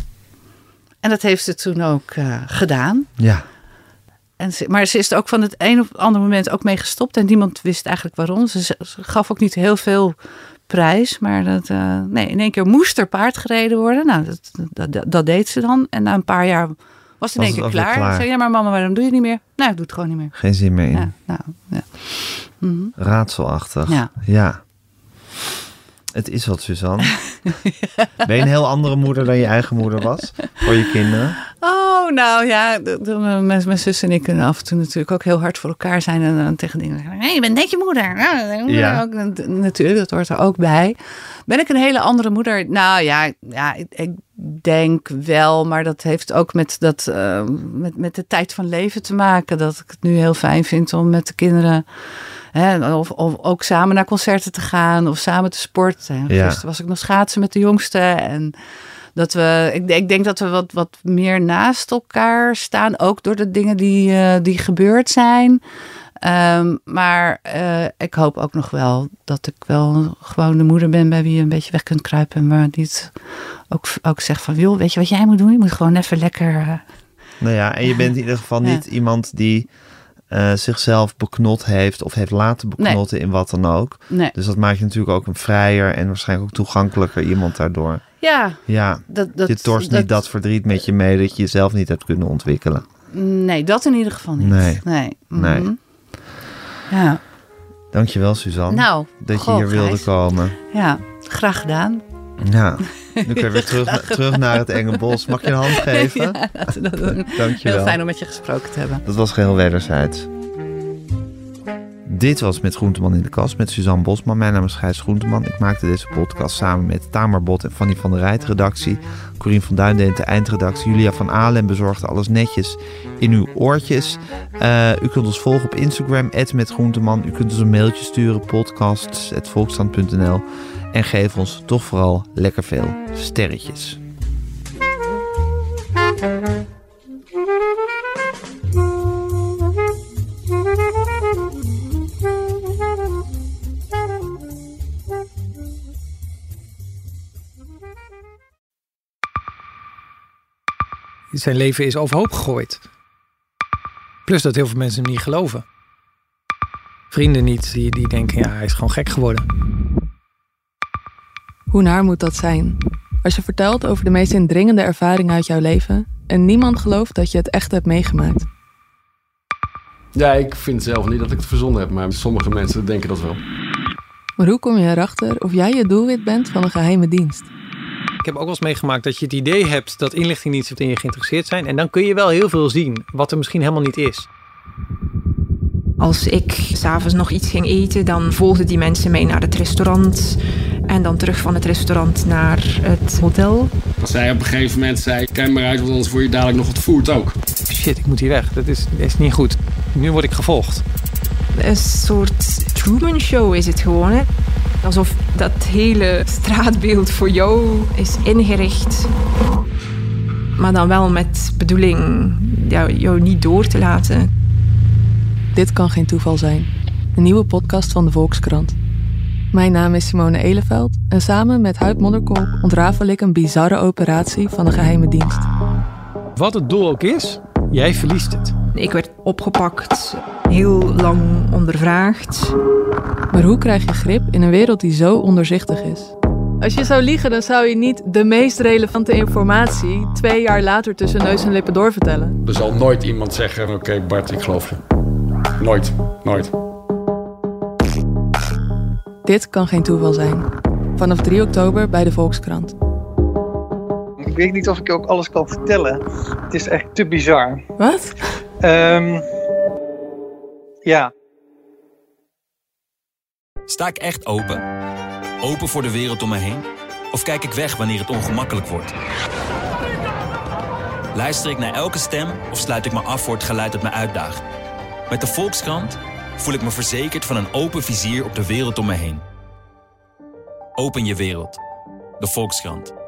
En dat heeft ze toen ook uh, gedaan. Ja. En ze, maar ze is er ook van het een op het andere moment ook mee gestopt. En niemand wist eigenlijk waarom. Ze, ze gaf ook niet heel veel prijs. Maar dat, uh, nee, in één keer moest er paard gereden worden. Nou, dat, dat, dat, dat deed ze dan. En na een paar jaar was het in één keer klaar. klaar. Zei, ja, maar mama, waarom doe je het niet meer? Nou, ik doe het gewoon niet meer. Geen zin meer in. Ja, nou, ja. Mm-hmm. Raadselachtig. Ja. ja. Het is wat, Suzanne. Ben je een heel andere moeder dan je eigen moeder was voor je kinderen? Oh, nou ja, de, de, mijn, mijn zus en ik kunnen af en toe natuurlijk ook heel hard voor elkaar zijn. En dan tegen dingen zeggen, nee, je bent net je moeder. Ja, ja. Ook, natuurlijk, dat hoort er ook bij. Ben ik een hele andere moeder? Nou ja, ja ik, ik denk wel, maar dat heeft ook met, dat, uh, met, met de tijd van leven te maken. Dat ik het nu heel fijn vind om met de kinderen... Hè, of, of ook samen naar concerten te gaan of samen te sporten. Ja. Gisteren was ik nog schaatsen met de jongste. En dat we, ik, ik denk dat we wat, wat meer naast elkaar staan. Ook door de dingen die, uh, die gebeurd zijn. Um, maar uh, ik hoop ook nog wel dat ik wel gewoon de moeder ben bij wie je een beetje weg kunt kruipen. En waar niet ook, ook zegt van, joh, weet je wat jij moet doen? Je moet gewoon even lekker... Uh, nou ja, en je bent in ieder geval niet ja. iemand die... Uh, zichzelf beknot heeft of heeft laten beknotten nee. in wat dan ook. Nee. Dus dat maakt je natuurlijk ook een vrijer en waarschijnlijk ook toegankelijker iemand daardoor. Ja. ja. Dat, dat, je torst dat, niet dat verdriet met je mee dat je jezelf niet hebt kunnen ontwikkelen. Nee, dat in ieder geval niet. Nee. Nee. Mm-hmm. nee. Ja. Dankjewel, Suzanne. Nou, dat goh, je hier wilde Gijs. komen. Ja, graag gedaan. Ja, nu kun je weer terug, terug naar het enge bos. Mag je een hand geven? Ja, dat, dat, dat, Dankjewel. Heel fijn om met je gesproken te hebben. Dat was geheel wederzijds. Dit was Met Groenteman in de Kast met Suzanne Bosman. Mijn naam is Gijs Groenteman. Ik maakte deze podcast samen met Tamar Bot en Fanny van der Rijt, redactie. Corien van Duin deed de eindredactie. Julia van Aalen bezorgde alles netjes in uw oortjes. Uh, u kunt ons volgen op Instagram, at met Groenteman. U kunt ons een mailtje sturen, podcasts at volksstand punt n l. En geef ons toch vooral lekker veel sterretjes. Zijn leven is overhoop gegooid. Plus dat heel veel mensen hem niet geloven. Vrienden niet, die, die denken, ja, hij is gewoon gek geworden. Hoe naar moet dat zijn? Als je vertelt over de meest indringende ervaringen uit jouw leven... en niemand gelooft dat je het echt hebt meegemaakt. Ja, ik vind zelf niet dat ik het verzonnen heb, maar sommige mensen denken dat wel. Maar hoe kom je erachter of jij het doelwit bent van een geheime dienst? Ik heb ook wel eens meegemaakt dat je het idee hebt dat inlichtingendiensten in je geïnteresseerd zijn. En dan kun je wel heel veel zien, wat er misschien helemaal niet is. Als ik 's avonds nog iets ging eten, dan volgden die mensen mij naar het restaurant. En dan terug van het restaurant naar het hotel. Dat zij op een gegeven moment zei, kijk maar uit, want anders word je dadelijk nog ontvoerd ook. Shit, ik moet hier weg. Dat is, dat is niet goed. Nu word ik gevolgd. Een soort Truman Show is het gewoon, hè. Alsof dat hele straatbeeld voor jou is ingericht. Maar dan wel met bedoeling ja, jou niet door te laten. Dit kan geen toeval zijn. Een nieuwe podcast van de Volkskrant. Mijn naam is Simone Eleveld en samen met Huib Modderkolk ontrafel ik een bizarre operatie van de geheime dienst. Wat het doel ook is, jij verliest het. Ik werd opgepakt, heel lang ondervraagd. Maar hoe krijg je grip in een wereld die zo onderzichtig is? Als je zou liegen, dan zou je niet de meest relevante informatie twee jaar later tussen neus en lippen doorvertellen. Er zal nooit iemand zeggen, oké okay, Bart, ik geloof je. Nooit, nooit. Dit kan geen toeval zijn. Vanaf drie oktober bij de Volkskrant. Ik weet niet of ik ook alles kan vertellen. Het is echt te bizar. Wat? Um, ja. Sta ik echt open? Open voor de wereld om me heen? Of kijk ik weg wanneer het ongemakkelijk wordt? Luister ik naar elke stem of sluit ik me af voor het geluid dat me uitdaagt? Met de Volkskrant voel ik me verzekerd van een open vizier op de wereld om me heen. Open je wereld. De Volkskrant.